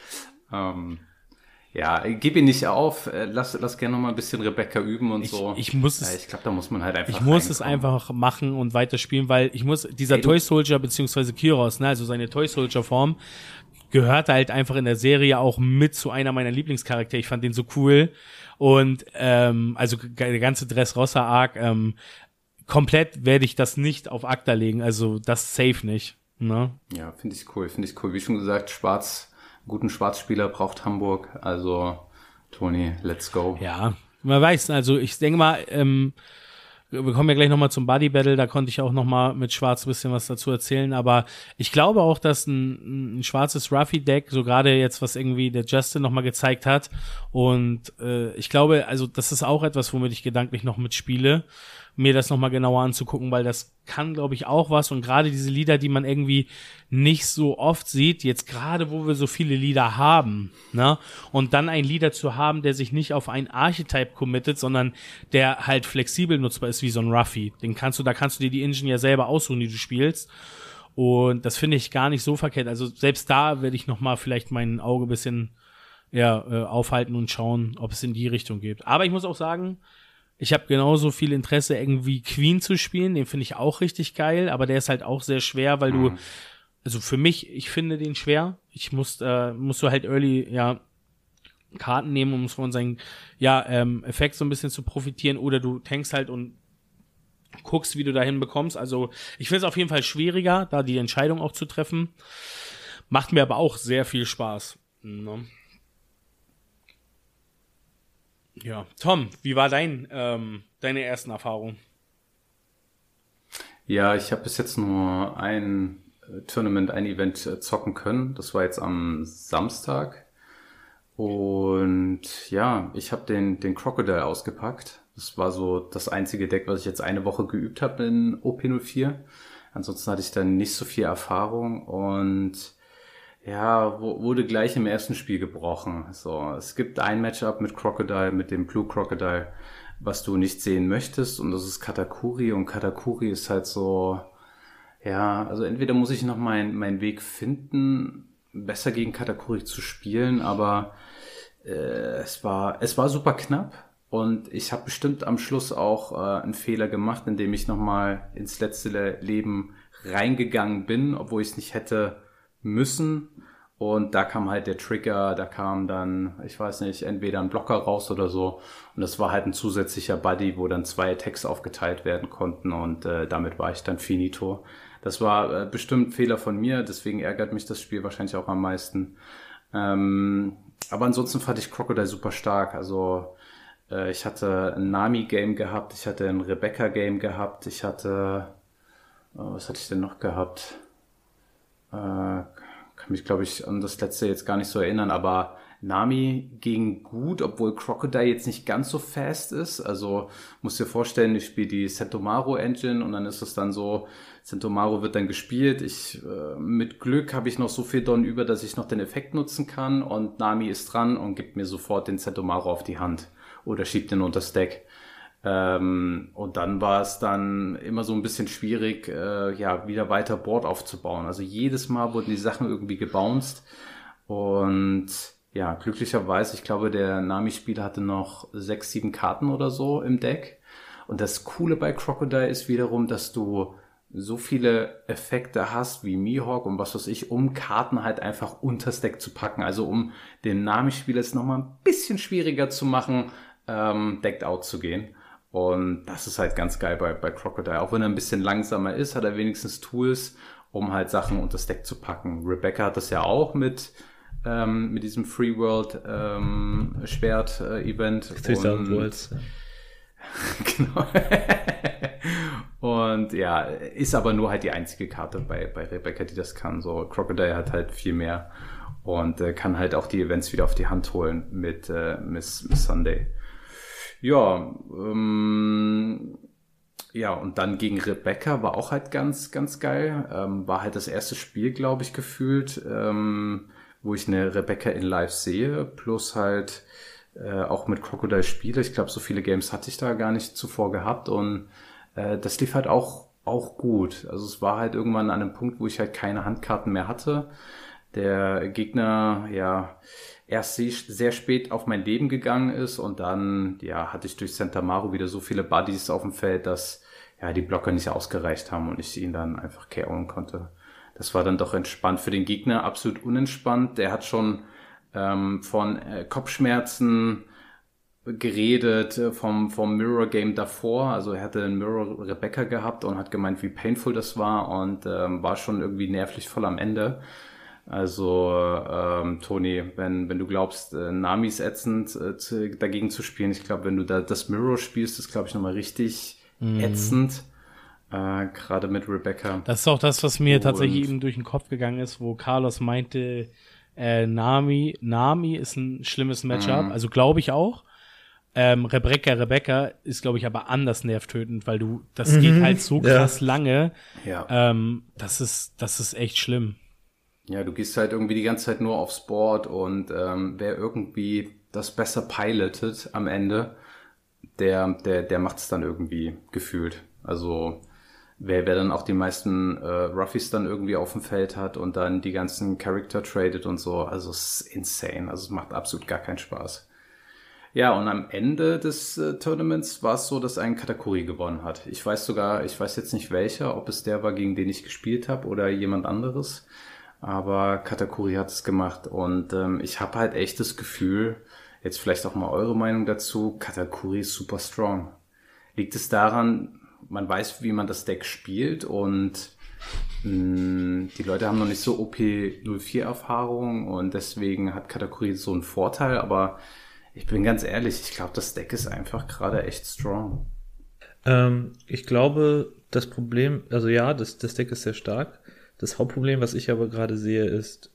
Ja, gib ihn nicht auf, lass gerne noch mal ein bisschen Rebecca üben und so. Ich muss es. Ich glaube, da muss man halt einfach. Ich muss es einfach machen und weiterspielen, weil dieser Toy Soldier beziehungsweise Kiros, ne, also seine Toy Soldier Form, gehört halt einfach in der Serie auch mit zu einer meiner Lieblingscharaktere. Ich fand den so cool und also der ganze Dressrosa Arc, komplett werde ich das nicht auf Akta legen, also das safe nicht. Ne? Ja, finde ich cool. Wie schon gesagt, guten Schwarzspieler braucht Hamburg. Also, Toni, let's go. Ja, man weiß, also ich denke mal, wir kommen ja gleich nochmal zum Buddy Battle, da konnte ich auch nochmal mit Schwarz ein bisschen was dazu erzählen, aber ich glaube auch, dass ein schwarzes Ruffy-Deck, so gerade jetzt, was irgendwie der Justin nochmal gezeigt hat, und ich glaube, also das ist auch etwas, womit ich gedanklich noch mitspiele, mir das nochmal genauer anzugucken, weil das kann, glaube ich, auch was. Und gerade diese Lieder, die man irgendwie nicht so oft sieht, jetzt gerade, wo wir so viele Lieder haben, ne? Und dann einen Leader zu haben, der sich nicht auf ein Archetype committet, sondern der halt flexibel nutzbar ist wie so ein Ruffy. Da kannst du dir die Engine ja selber aussuchen, die du spielst. Und das finde ich gar nicht so verkehrt. Also selbst da werde ich nochmal vielleicht mein Auge ein bisschen aufhalten und schauen, ob es in die Richtung geht. Aber ich muss auch sagen, ich habe genauso viel Interesse, irgendwie Queen zu spielen. Den finde ich auch richtig geil, aber der ist halt auch sehr schwer, weil also für mich, ich finde den schwer. Musst du halt early, Karten nehmen, um von seinen, Effekt so ein bisschen zu profitieren, oder du tankst halt und guckst, wie du dahin bekommst. Also ich finde es auf jeden Fall schwieriger, da die Entscheidung auch zu treffen. Macht mir aber auch sehr viel Spaß. Ne? Ja, Tom, wie war deine ersten Erfahrungen? Ja, ich habe bis jetzt nur ein Event zocken können. Das war jetzt am Samstag. Und ja, ich habe den Crocodile ausgepackt. Das war so das einzige Deck, was ich jetzt eine Woche geübt habe in OP04. Ansonsten hatte ich dann nicht so viel Erfahrung und ja, wurde gleich im ersten Spiel gebrochen. So, es gibt ein Matchup mit Crocodile, mit dem Blue Crocodile, was du nicht sehen möchtest, und das ist Katakuri, und Katakuri ist halt so, ja, also entweder muss ich noch meinen Weg finden, besser gegen Katakuri zu spielen, aber es war super knapp, und ich habe bestimmt am Schluss auch einen Fehler gemacht, indem ich nochmal ins letzte Leben reingegangen bin, obwohl ich es nicht hätte müssen. Und da kam halt der Trigger, da kam dann, ich weiß nicht, entweder ein Blocker raus oder so. Und das war halt ein zusätzlicher Buddy, wo dann 2 Attacks aufgeteilt werden konnten, und damit war ich dann finito. Das war bestimmt Fehler von mir, deswegen ärgert mich das Spiel wahrscheinlich auch am meisten. Aber ansonsten fand ich Crocodile super stark. Also ich hatte ein Nami-Game gehabt, ich hatte ein Rebecca-Game gehabt, ich hatte, was hatte ich denn noch gehabt? Kann mich, glaube ich, an das letzte jetzt gar nicht so erinnern, aber Nami ging gut, obwohl Crocodile jetzt nicht ganz so fast ist. Also musst dir vorstellen, ich spiele die Sentomaru Engine, und dann ist es dann so, Sentomaru wird dann gespielt. Mit Glück habe ich noch so viel Don über, dass ich noch den Effekt nutzen kann, und Nami ist dran und gibt mir sofort den Sentomaru auf die Hand oder schiebt den unter das Deck. Und dann war es dann immer so ein bisschen schwierig, wieder weiter Board aufzubauen. Also jedes Mal wurden die Sachen irgendwie gebounced, und ja, glücklicherweise, ich glaube, der Nami-Spieler hatte noch 6, 7 Karten oder so im Deck. Und das Coole bei Crocodile ist wiederum, dass du so viele Effekte hast wie Mihawk und was weiß ich, um Karten halt einfach unters Deck zu packen. Also um den Nami-Spieler es nochmal ein bisschen schwieriger zu machen, decked out zu gehen. Und das ist halt ganz geil bei Crocodile. Auch wenn er ein bisschen langsamer ist, hat er wenigstens Tools, um halt Sachen unter das Deck zu packen. Rebecca hat das ja auch mit diesem Free World Schwert Event. 3000 Worlds. Genau. Und ja, ist aber nur halt die einzige Karte bei Rebecca, die das kann. So, Crocodile hat halt viel mehr und kann halt auch die Events wieder auf die Hand holen mit Miss Sunday. Ja, ja, und dann gegen Rebecca war auch halt ganz, ganz geil. War halt das erste Spiel, glaube ich, gefühlt, wo ich eine Rebecca in Live sehe, plus halt auch mit Crocodile spiele. Ich glaube, so viele Games hatte ich da gar nicht zuvor gehabt, und das lief halt auch gut. Also es war halt irgendwann an einem Punkt, wo ich halt keine Handkarten mehr hatte. Der Gegner, ja, erst sehr spät auf mein Leben gegangen ist, und dann, ja, hatte ich durch Sentomaru wieder so viele Buddies auf dem Feld, dass, ja, die Blocker nicht ausgereicht haben und ich ihn dann einfach KO'en konnte. Das war dann doch entspannt. Für den Gegner absolut unentspannt. Der hat schon von Kopfschmerzen geredet, vom Mirror Game davor. Also er hatte einen Mirror Rebecca gehabt und hat gemeint, wie painful das war, und war schon irgendwie nervlich voll am Ende. Also Toni, wenn du glaubst, Nami ist ätzend dagegen zu spielen, ich glaube, wenn du da das Mirror spielst, ist, glaube ich, nochmal richtig ätzend. Gerade mit Rebecca. Das ist auch das, was mir tatsächlich eben durch den Kopf gegangen ist, wo Carlos meinte, Nami ist ein schlimmes Matchup, also glaube ich auch. Rebecca ist, glaube ich, aber anders nervtötend, weil das geht halt so krass lange. Ja. Das ist echt schlimm. Ja, du gehst halt irgendwie die ganze Zeit nur aufs Board und wer irgendwie das besser pilotet am Ende, der macht's dann irgendwie gefühlt. Also wer dann auch die meisten Ruffies dann irgendwie auf dem Feld hat und dann die ganzen Charakter tradet und so, also es ist insane. Also es macht absolut gar keinen Spaß. Ja, und am Ende des Tournaments war es so, dass ein Katakuri gewonnen hat. Ich weiß jetzt nicht welcher, ob es der war, gegen den ich gespielt habe oder jemand anderes. Aber Katakuri hat es gemacht und ich habe halt echt das Gefühl, jetzt vielleicht auch mal eure Meinung dazu, Katakuri ist super strong. Liegt es daran, man weiß, wie man das Deck spielt und die Leute haben noch nicht so OP04-Erfahrung und deswegen hat Katakuri so einen Vorteil, aber ich bin ganz ehrlich, ich glaube, das Deck ist einfach gerade echt strong. Ich glaube, das Problem, also ja, das Deck ist sehr stark. Das Hauptproblem, was ich aber gerade sehe, ist,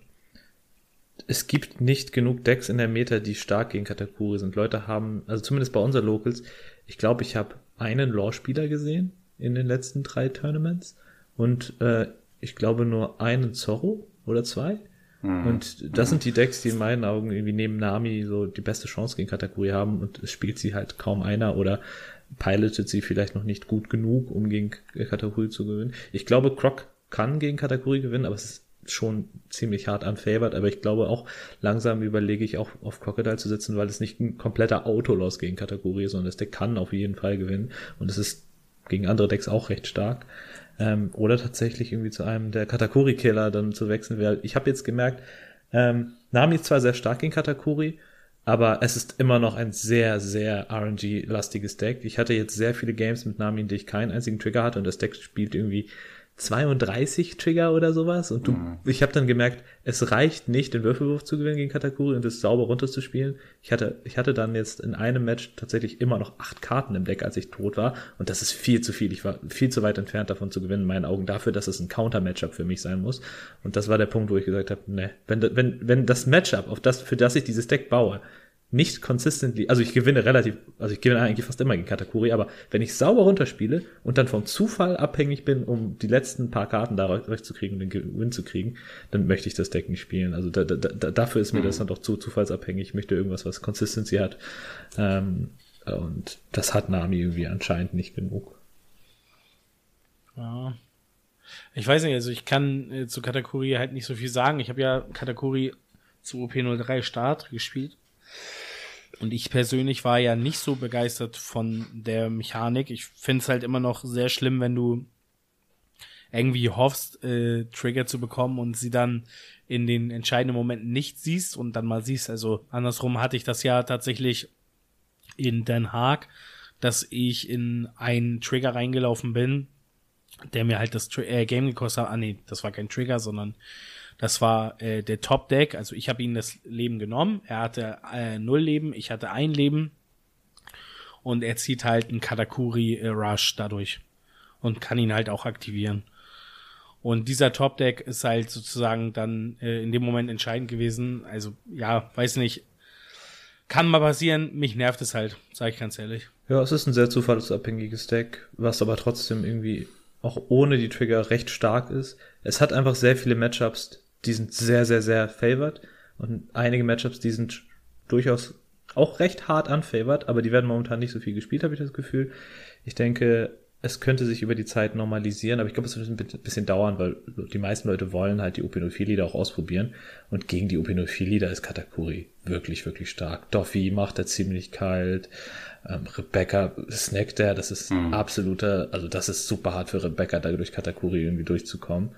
es gibt nicht genug Decks in der Meta, die stark gegen Katakuri sind. Leute haben, also zumindest bei unseren Locals, ich glaube, ich habe einen Lore-Spieler gesehen in den letzten 3 Tournaments und ich glaube nur einen Zorro oder 2. Und das sind die Decks, die in meinen Augen irgendwie neben Nami so die beste Chance gegen Katakuri haben und es spielt sie halt kaum einer oder pilotet sie vielleicht noch nicht gut genug, um gegen Katakuri zu gewinnen. Ich glaube, Croc kann gegen Katakuri gewinnen, aber es ist schon ziemlich hart unfavored, aber ich glaube auch, langsam überlege ich auch auf Crocodile zu setzen, weil es nicht ein kompletter Autoloss gegen Katakuri ist, sondern das Deck kann auf jeden Fall gewinnen und es ist gegen andere Decks auch recht stark. Oder tatsächlich irgendwie zu einem der Katakuri-Killer dann zu wechseln, weil ich habe jetzt gemerkt, Nami ist zwar sehr stark gegen Katakuri, aber es ist immer noch ein sehr, sehr RNG-lastiges Deck. Ich hatte jetzt sehr viele Games mit Nami, in denen ich keinen einzigen Trigger hatte und das Deck spielt irgendwie 32 Trigger oder sowas und ich habe dann gemerkt, es reicht nicht, den Würfelwurf zu gewinnen gegen Katakuri und das sauber runterzuspielen. Ich hatte dann jetzt in einem Match tatsächlich immer noch 8 Karten im Deck, als ich tot war und das ist viel zu viel. Ich war viel zu weit entfernt davon zu gewinnen, in meinen Augen, dafür, dass es ein Counter-Matchup für mich sein muss und das war der Punkt, wo ich gesagt habe, ne, wenn das Matchup, für das ich dieses Deck baue, nicht consistently, also ich gewinne eigentlich fast immer gegen Katakuri, aber wenn ich sauber runterspiele und dann vom Zufall abhängig bin, um die letzten paar Karten da rauszukriegen und den Gewinn zu kriegen, dann möchte ich das Deck nicht spielen. Also dafür ist mir das dann doch zu zufallsabhängig. Ich möchte irgendwas, was Consistency hat. Und das hat Nami irgendwie anscheinend nicht genug. Ja. Ich weiß nicht, also ich kann zu Katakuri halt nicht so viel sagen. Ich habe ja Katakuri zu OP03 Start gespielt. Und ich persönlich war ja nicht so begeistert von der Mechanik. Ich finde es halt immer noch sehr schlimm, wenn du irgendwie hoffst, Trigger zu bekommen und sie dann in den entscheidenden Momenten nicht siehst und dann mal siehst. Also andersrum hatte ich das ja tatsächlich in Den Haag, dass ich in einen Trigger reingelaufen bin, der mir halt das Game gekostet hat. Ah nee, das war kein Trigger, sondern das war der Top-Deck, also ich habe ihm das Leben genommen, er hatte 0 Leben, ich hatte 1 Leben und er zieht halt einen Katakuri-Rush dadurch und kann ihn halt auch aktivieren. Und dieser Top-Deck ist halt sozusagen dann in dem Moment entscheidend gewesen, also ja, weiß nicht, kann mal passieren, mich nervt es halt, sage ich ganz ehrlich. Ja, es ist ein sehr zufallsabhängiges Deck, was aber trotzdem irgendwie auch ohne die Trigger recht stark ist. Es hat einfach sehr viele Matchups, die sind sehr, sehr, sehr favored und einige Matchups, die sind durchaus auch recht hart unfavored, aber die werden momentan nicht so viel gespielt, habe ich das Gefühl. Ich denke, es könnte sich über die Zeit normalisieren, aber ich glaube, es wird ein bisschen dauern, weil die meisten Leute wollen halt die OP04-Leader auch ausprobieren und gegen die OP04-Leader ist Katakuri wirklich, wirklich stark. Doffy macht er ziemlich kalt, Rebecca snackt er, das ist absoluter, also das ist super hart für Rebecca, da durch Katakuri irgendwie durchzukommen.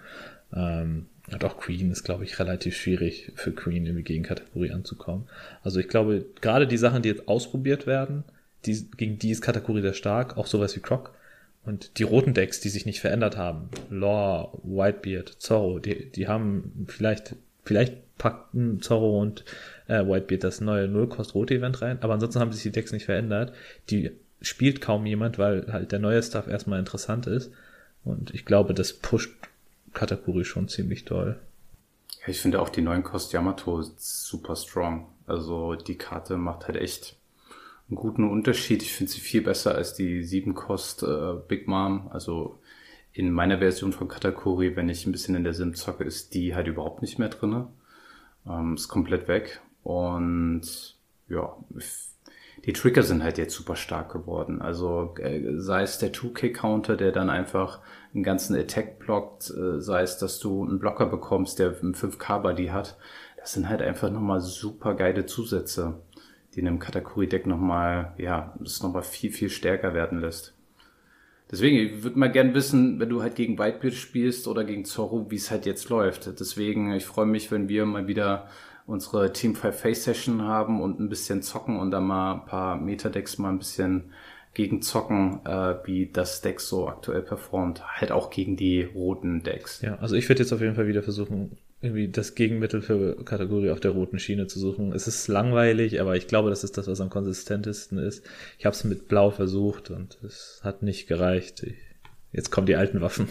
Und auch Queen ist, glaube ich, relativ schwierig für Queen irgendwie gegen Katakuri anzukommen. Also ich glaube, gerade die Sachen, die jetzt ausprobiert werden, gegen die ist Katakuri sehr stark, auch sowas wie Croc. Und die roten Decks, die sich nicht verändert haben, Lore, Whitebeard, Zorro, die haben vielleicht packten Zorro und Whitebeard das neue Null-Kost-Rote-Event rein, aber ansonsten haben sich die Decks nicht verändert. Die spielt kaum jemand, weil halt der neue Stuff erstmal interessant ist. Und ich glaube, das pusht Katakuri schon ziemlich doll. Ja, ich finde auch die neuen Kost Yamato super strong. Also die Karte macht halt echt einen guten Unterschied. Ich finde sie viel besser als die 7-Kost Big Mom. Also in meiner Version von Katakuri, wenn ich ein bisschen in der Sim zocke, ist die halt überhaupt nicht mehr drinne. Ist komplett weg. Und ja, die Trigger sind halt jetzt super stark geworden. Also sei es der 2K-Counter, der dann einfach einen ganzen Attack blockt, sei es, dass du einen Blocker bekommst, der einen 5K-Body hat. Das sind halt einfach nochmal super geile Zusätze, die in einem Katakuri-Deck nochmal, ja, das nochmal viel, viel stärker werden lässt. Deswegen, ich würde mal gern wissen, wenn du halt gegen Whitebeard spielst oder gegen Zorro, wie es halt jetzt läuft. Deswegen, ich freue mich, wenn wir mal wieder unsere Team 5 Face Session haben und ein bisschen zocken und dann mal ein paar Metadecks mal ein bisschen gegen zocken, wie das Deck so aktuell performt. Halt auch gegen die roten Decks. Ja, also ich würde jetzt auf jeden Fall wieder versuchen, irgendwie das Gegenmittel für Kategorie auf der roten Schiene zu suchen. Es ist langweilig, aber ich glaube, das ist das, was am konsistentesten ist. Ich habe es mit Blau versucht und es hat nicht gereicht. Jetzt kommen die alten Waffen.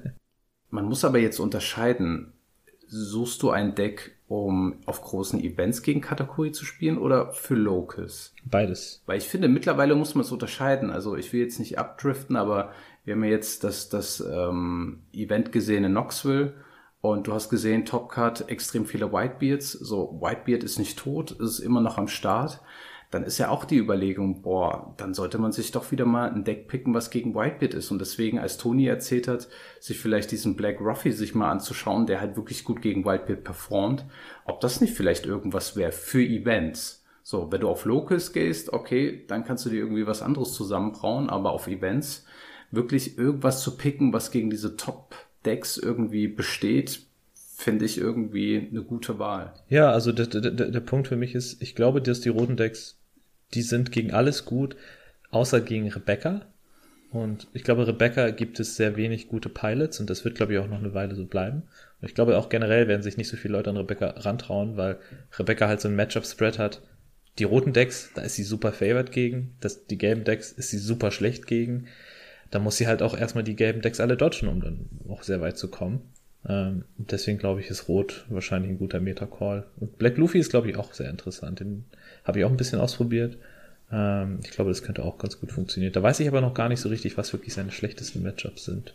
Man muss aber jetzt unterscheiden. Suchst du ein Deck, um auf großen Events gegen Katakuri zu spielen oder für Locals? Beides. Weil ich finde, mittlerweile muss man es unterscheiden. Also ich will jetzt nicht abdriften, aber wir haben ja jetzt das Event gesehen in Knoxville und du hast gesehen, Top Card, extrem viele Whitebeards. So, Whitebeard ist nicht tot, ist immer noch am Start. Dann ist ja auch die Überlegung, dann sollte man sich doch wieder mal ein Deck picken, was gegen Whitebeard ist. Und deswegen, als Toni erzählt hat, sich vielleicht diesen Black Ruffy sich mal anzuschauen, der halt wirklich gut gegen Whitebeard performt, ob das nicht vielleicht irgendwas wäre für Events. So, wenn du auf Locals gehst, okay, dann kannst du dir irgendwie was anderes zusammenbrauen, aber auf Events wirklich irgendwas zu picken, was gegen diese Top-Decks irgendwie besteht, finde ich irgendwie eine gute Wahl. Ja, also der Punkt für mich ist, ich glaube, dass die roten Decks, die sind gegen alles gut, außer gegen Rebecca. Und ich glaube, Rebecca gibt es sehr wenig gute Pilots und das wird, glaube ich, auch noch eine Weile so bleiben. Und ich glaube, auch generell werden sich nicht so viele Leute an Rebecca rantrauen, weil Rebecca halt so ein Matchup-Spread hat. Die roten Decks, da ist sie super favored gegen. Die gelben Decks ist sie super schlecht gegen. Da muss sie halt auch erstmal die gelben Decks alle dodgen, um dann auch sehr weit zu kommen. Deswegen glaube ich, ist Rot wahrscheinlich ein guter Meta-Call. Und Black Luffy ist, glaube ich, auch sehr interessant. Den habe ich auch ein bisschen ausprobiert. Ich glaube, das könnte auch ganz gut funktionieren. Da weiß ich aber noch gar nicht so richtig, was wirklich seine schlechtesten Matchups sind.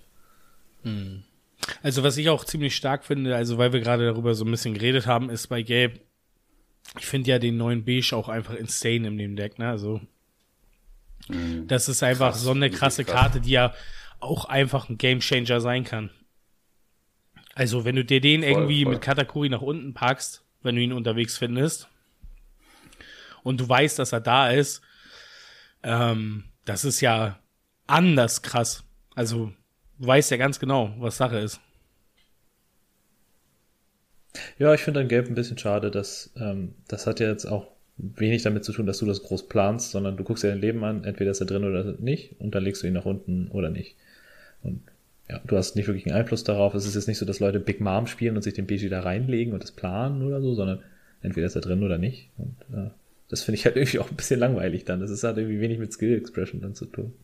Also was ich auch ziemlich stark finde, also weil wir gerade darüber so ein bisschen geredet haben, ist bei Gelb, ich finde ja den neuen Beige auch einfach insane in dem Deck, ne? Also das ist einfach krass, so eine krasse Karte, die ja auch einfach ein Gamechanger sein kann. Also wenn du dir den irgendwie mit Katakuri nach unten packst, wenn du ihn unterwegs findest und du weißt, dass er da ist, das ist ja anders krass. Also du weißt ja ganz genau, was Sache ist. Ja, ich finde an Gelb ein bisschen schade, dass das hat ja jetzt auch wenig damit zu tun, dass du das groß planst, sondern du guckst dir dein Leben an, entweder ist er drin oder nicht und dann legst du ihn nach unten oder nicht. Und ja, du hast nicht wirklich einen Einfluss darauf. Es ist jetzt nicht so, dass Leute Big Mom spielen und sich den BG da reinlegen und das planen oder so, sondern entweder ist er drin oder nicht. Und das finde ich halt irgendwie auch ein bisschen langweilig dann. Das ist halt irgendwie wenig mit Skill Expression dann zu tun.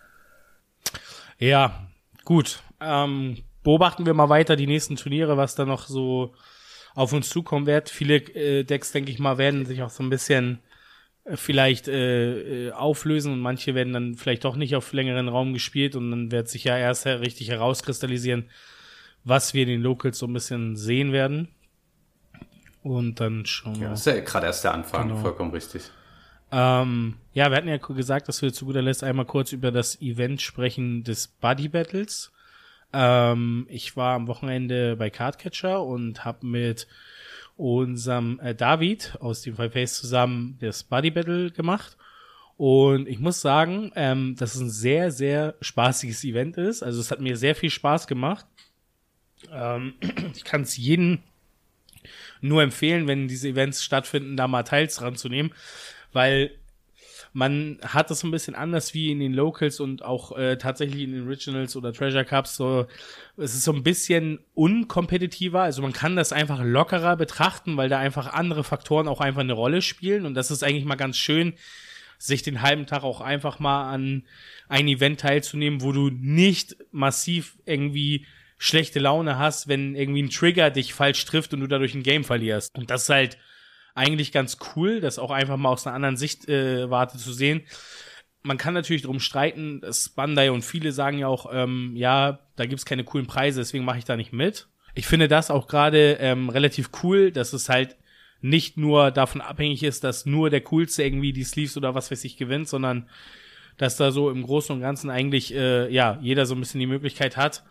Ja, gut. Beobachten wir mal weiter die nächsten Turniere, was da noch so auf uns zukommen wird. Viele Decks, denke ich mal, werden sich auch so ein bisschen vielleicht auflösen und manche werden dann vielleicht doch nicht auf längeren Raum gespielt und dann wird sich ja erst richtig herauskristallisieren, was wir in den Locals so ein bisschen sehen werden. Und dann schauen wir. Ja, das ist ja gerade erst der Anfang, genau. Vollkommen richtig. Ja, wir hatten ja gesagt, dass wir zu guter Letzt einmal kurz über das Event sprechen des Buddy Battles. Ich war am Wochenende bei Cardcatcher und habe mit unserem David aus dem Five Face zusammen das Buddy Battle gemacht. Und ich muss sagen, dass es ein sehr, sehr spaßiges Event ist. Also es hat mir sehr viel Spaß gemacht. Ich kann es jedem nur empfehlen, wenn diese Events stattfinden, da mal teils dran zu nehmen, weil man hat das so ein bisschen anders wie in den Locals und auch tatsächlich in den Regionals oder Treasure Cups. So, es ist so ein bisschen unkompetitiver, also man kann das einfach lockerer betrachten, weil da einfach andere Faktoren auch einfach eine Rolle spielen und das ist eigentlich mal ganz schön, sich den halben Tag auch einfach mal an ein Event teilzunehmen, wo du nicht massiv irgendwie schlechte Laune hast, wenn irgendwie ein Trigger dich falsch trifft und du dadurch ein Game verlierst. Und das ist halt eigentlich ganz cool, das auch einfach mal aus einer anderen Sichtwarte zu sehen. Man kann natürlich drum streiten, dass Bandai und viele sagen ja auch, ja, da gibt's keine coolen Preise, deswegen mache ich da nicht mit. Ich finde das auch gerade relativ cool, dass es halt nicht nur davon abhängig ist, dass nur der Coolste irgendwie die Sleeves oder was weiß ich gewinnt, sondern dass da so im Großen und Ganzen eigentlich, ja, jeder so ein bisschen die Möglichkeit hat.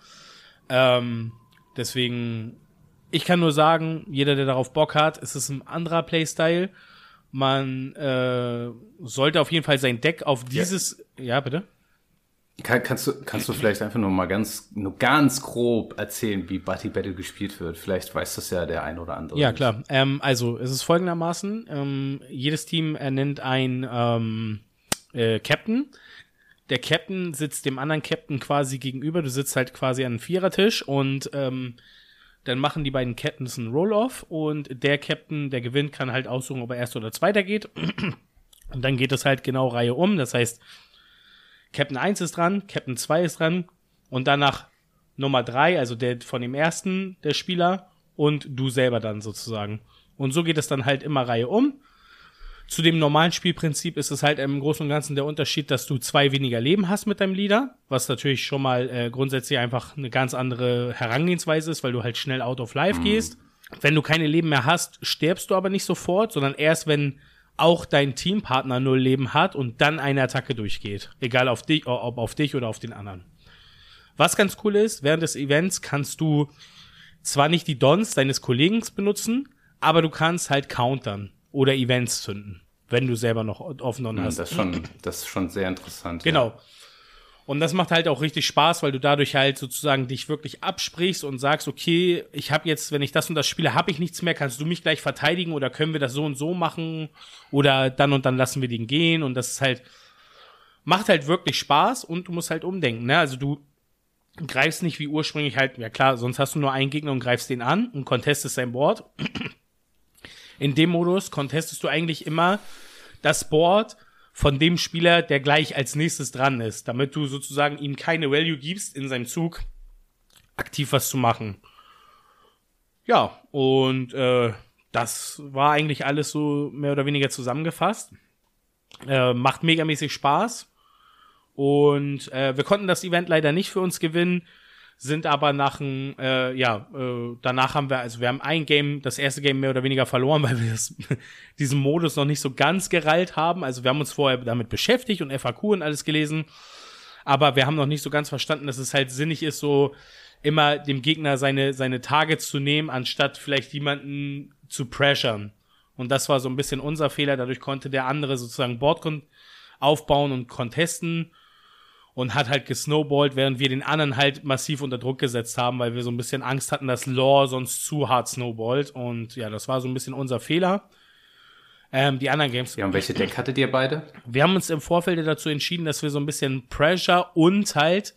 Deswegen, ich kann nur sagen, jeder, der darauf Bock hat, es ist ein anderer Playstyle. Man sollte auf jeden Fall sein Deck auf dieses, ja bitte? Kannst du vielleicht einfach nur ganz grob erzählen, wie Buddy Battle gespielt wird? Vielleicht weiß das ja der ein oder andere. Ja, klar. Also, es ist folgendermaßen, jedes Team ernennt ein Captain. Der Captain sitzt dem anderen Captain quasi gegenüber. Du sitzt halt quasi an einem Vierertisch und dann machen die beiden Captains einen Roll-Off und der Captain, der gewinnt, kann halt aussuchen, ob er Erster oder Zweiter geht. Und dann geht es halt genau Reihe um. Das heißt, Captain 1 ist dran, Captain 2 ist dran und danach Nummer 3, also der von dem ersten, der Spieler und du selber dann sozusagen. Und so geht es dann halt immer Reihe um. Zu dem normalen Spielprinzip ist es halt im Großen und Ganzen der Unterschied, dass du 2 weniger Leben hast mit deinem Leader, was natürlich schon mal grundsätzlich einfach eine ganz andere Herangehensweise ist, weil du halt schnell out of life gehst. Wenn du keine Leben mehr hast, stirbst du aber nicht sofort, sondern erst, wenn auch dein Teampartner 0 Leben hat und dann eine Attacke durchgeht. Egal auf dich, ob auf dich oder auf den anderen. Was ganz cool ist, während des Events kannst du zwar nicht die Dons deines Kollegen benutzen, aber du kannst halt countern oder Events zünden, wenn du selber noch offen hast. Das ist schon sehr interessant. Genau. Ja. Und das macht halt auch richtig Spaß, weil du dadurch halt sozusagen dich wirklich absprichst und sagst, okay, ich habe jetzt, wenn ich das und das spiele, habe ich nichts mehr, kannst du mich gleich verteidigen oder können wir das so und so machen oder dann und dann lassen wir den gehen und das ist halt, macht halt wirklich Spaß und du musst halt umdenken, ne? Also du greifst nicht wie ursprünglich halt, ja klar, sonst hast du nur einen Gegner und greifst den an und contestest sein Board. In dem Modus contestest du eigentlich immer das Board von dem Spieler, der gleich als nächstes dran ist, damit du sozusagen ihm keine Value gibst, in seinem Zug aktiv was zu machen. Ja, und das war eigentlich alles so mehr oder weniger zusammengefasst. Macht megamäßig Spaß. Und wir konnten das Event leider nicht für uns gewinnen, sind aber danach haben wir haben ein Game, das erste Game mehr oder weniger verloren, weil wir diesen Modus noch nicht so ganz gerallt haben. Also wir haben uns vorher damit beschäftigt und FAQ und alles gelesen, aber wir haben noch nicht so ganz verstanden, dass es halt sinnig ist, so immer dem Gegner seine Targets zu nehmen, anstatt vielleicht jemanden zu pressuren. Und das war so ein bisschen unser Fehler. Dadurch konnte der andere sozusagen Board aufbauen und contesten. Und hat halt gesnowballt, während wir den anderen halt massiv unter Druck gesetzt haben, weil wir so ein bisschen Angst hatten, dass Lore sonst zu hart snowballt. Und ja, das war so ein bisschen unser Fehler. Die anderen Games. Ja, und welche Deck hattet ihr beide? Wir haben uns im Vorfeld dazu entschieden, dass wir so ein bisschen Pressure und halt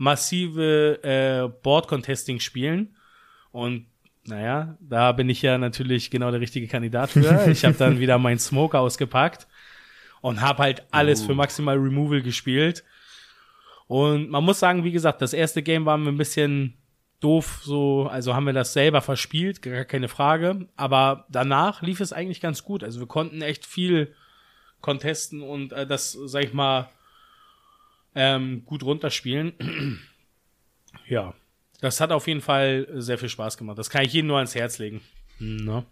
massive Board-Contesting spielen. Und naja, da bin ich ja natürlich genau der richtige Kandidat für. Ich habe dann wieder meinen Smoker ausgepackt und habe halt alles für Maximal Removal gespielt. Und man muss sagen, wie gesagt, das erste Game waren wir ein bisschen doof, so, also haben wir das selber verspielt, gar keine Frage. Aber danach lief es eigentlich ganz gut. Also wir konnten echt viel contesten und das, sag ich mal, gut runterspielen. Ja, das hat auf jeden Fall sehr viel Spaß gemacht. Das kann ich jedem nur ans Herz legen. Ne?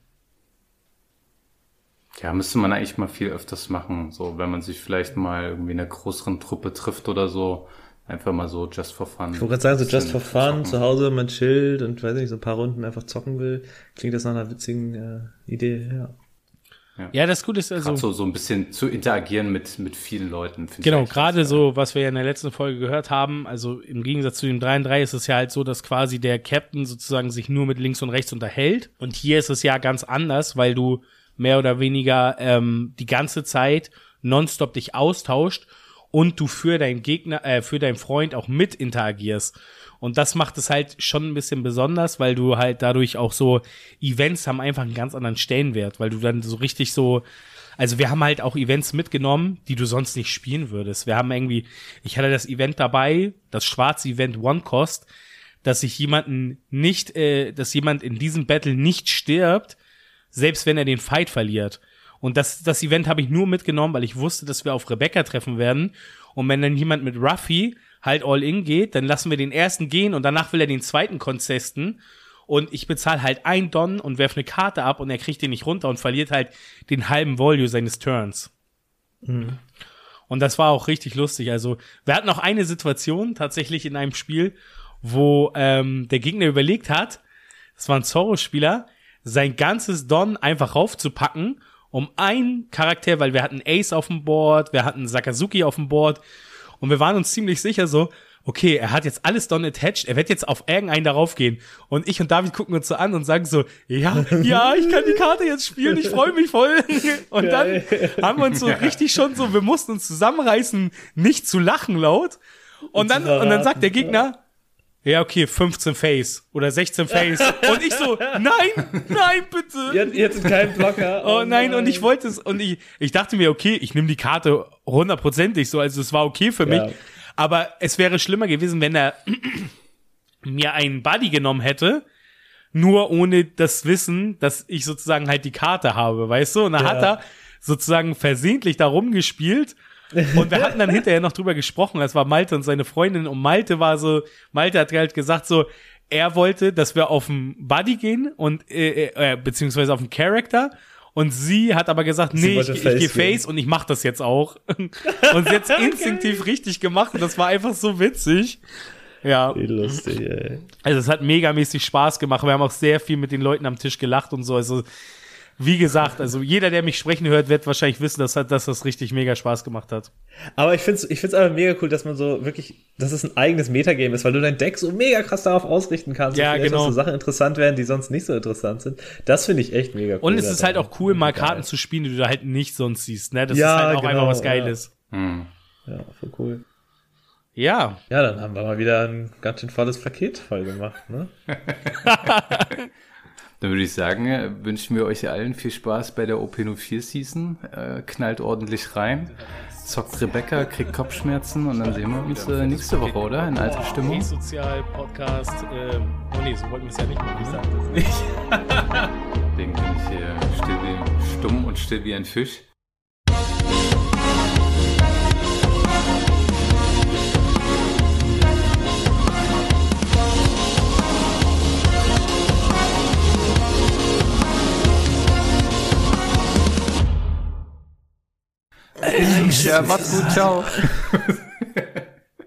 Ja, müsste man eigentlich mal viel öfters machen. So, wenn man sich vielleicht mal irgendwie in einer größeren Truppe trifft oder so. Einfach mal so just for fun. Ich wollte gerade sagen, so just for fun, zu Hause, man chillt und weiß nicht, so ein paar Runden einfach zocken will. Klingt das nach einer witzigen Idee, ja. Ja, das Gute ist also so ein bisschen zu interagieren mit vielen Leuten. Genau, gerade so, was wir ja in der letzten Folge gehört haben, also im Gegensatz zu dem 3-3 ist es ja halt so, dass quasi der Captain sozusagen sich nur mit links und rechts unterhält. Und hier ist es ja ganz anders, weil du mehr oder weniger die ganze Zeit nonstop dich austauscht und du für deinen Gegner, für deinen Freund auch mit interagierst. Und das macht es halt schon ein bisschen besonders, weil du halt dadurch auch so, Events haben einfach einen ganz anderen Stellenwert, weil du dann so richtig so, also wir haben halt auch Events mitgenommen, die du sonst nicht spielen würdest. Wir haben irgendwie, ich hatte das Event dabei, das schwarze Event One Cost, dass sich jemand in diesem Battle nicht stirbt, selbst wenn er den Fight verliert. Und das Event habe ich nur mitgenommen, weil ich wusste, dass wir auf Rebecca treffen werden. Und wenn dann jemand mit Ruffy halt all in geht, dann lassen wir den ersten gehen und danach will er den zweiten contesten. Und ich bezahle halt $1 Don und werfe eine Karte ab und er kriegt den nicht runter und verliert halt den halben Value seines Turns. Mhm. Und das war auch richtig lustig. Also wir hatten noch eine Situation tatsächlich in einem Spiel, wo der Gegner überlegt hat, das war ein Zoro-Spieler, sein ganzes Don einfach raufzupacken, um einen Charakter, weil wir hatten Ace auf dem Board, wir hatten Sakazuki auf dem Board und wir waren uns ziemlich sicher so, okay, er hat jetzt alles Don attached, er wird jetzt auf irgendeinen darauf gehen. Und ich und David gucken uns so an und sagen so, ja, ich kann die Karte jetzt spielen, ich freue mich voll. Und dann haben wir uns so richtig schon so, wir mussten uns zusammenreißen, nicht zu lachen laut. Und dann sagt der Gegner, ja, okay, 15 Face oder 16 Face. Und ich so, nein, bitte. Jetzt kein Blocker. Oh nein, und ich wollte es, und ich dachte mir, okay, ich nehme die Karte 100%ig so, also es war okay für mich. Aber es wäre schlimmer gewesen, wenn er mir einen Buddy genommen hätte, nur ohne das Wissen, dass ich sozusagen halt die Karte habe, weißt du? Und dann hat er sozusagen versehentlich da rumgespielt. Und wir hatten dann hinterher noch drüber gesprochen, das war Malte und seine Freundin, und Malte hat halt gesagt so, er wollte, dass wir auf einen Buddy gehen und beziehungsweise auf einen Character, und sie hat aber gesagt, nee, ich gehe Face und ich mach das jetzt auch. Und sie hat's instinktiv richtig gemacht und das war einfach so witzig. Ja. Wie lustig, ey. Also es hat megamäßig Spaß gemacht, wir haben auch sehr viel mit den Leuten am Tisch gelacht und so, also wie gesagt, also jeder, der mich sprechen hört, wird wahrscheinlich wissen, dass das richtig mega Spaß gemacht hat. Aber ich find's aber mega cool, dass man so wirklich, dass es ein eigenes Metagame ist, weil du dein Deck so mega krass darauf ausrichten kannst, ja, dass so Sachen interessant werden, die sonst nicht so interessant sind. Das finde ich echt mega cool. Und es ist halt auch cool, mal Karten zu spielen, die du halt nicht sonst siehst, ne? Das ist halt auch einfach was Geiles. Ja, voll cool. Ja. Ja, dann haben wir mal wieder ein ganz schön volles Paket voll gemacht, ne? Dann würde ich sagen, wünschen wir euch allen viel Spaß bei der OP04 Season. Knallt ordentlich rein, zockt Rebecca, kriegt Kopfschmerzen und dann sehen wir uns nächste Woche, oder? In alter Stimmung. Sozial-Podcast. So wollten wir es ja nicht machen. Ich sag das nicht. Deswegen bin ich hier stumm und still wie ein Fisch. Ja, macht's gut, ciao.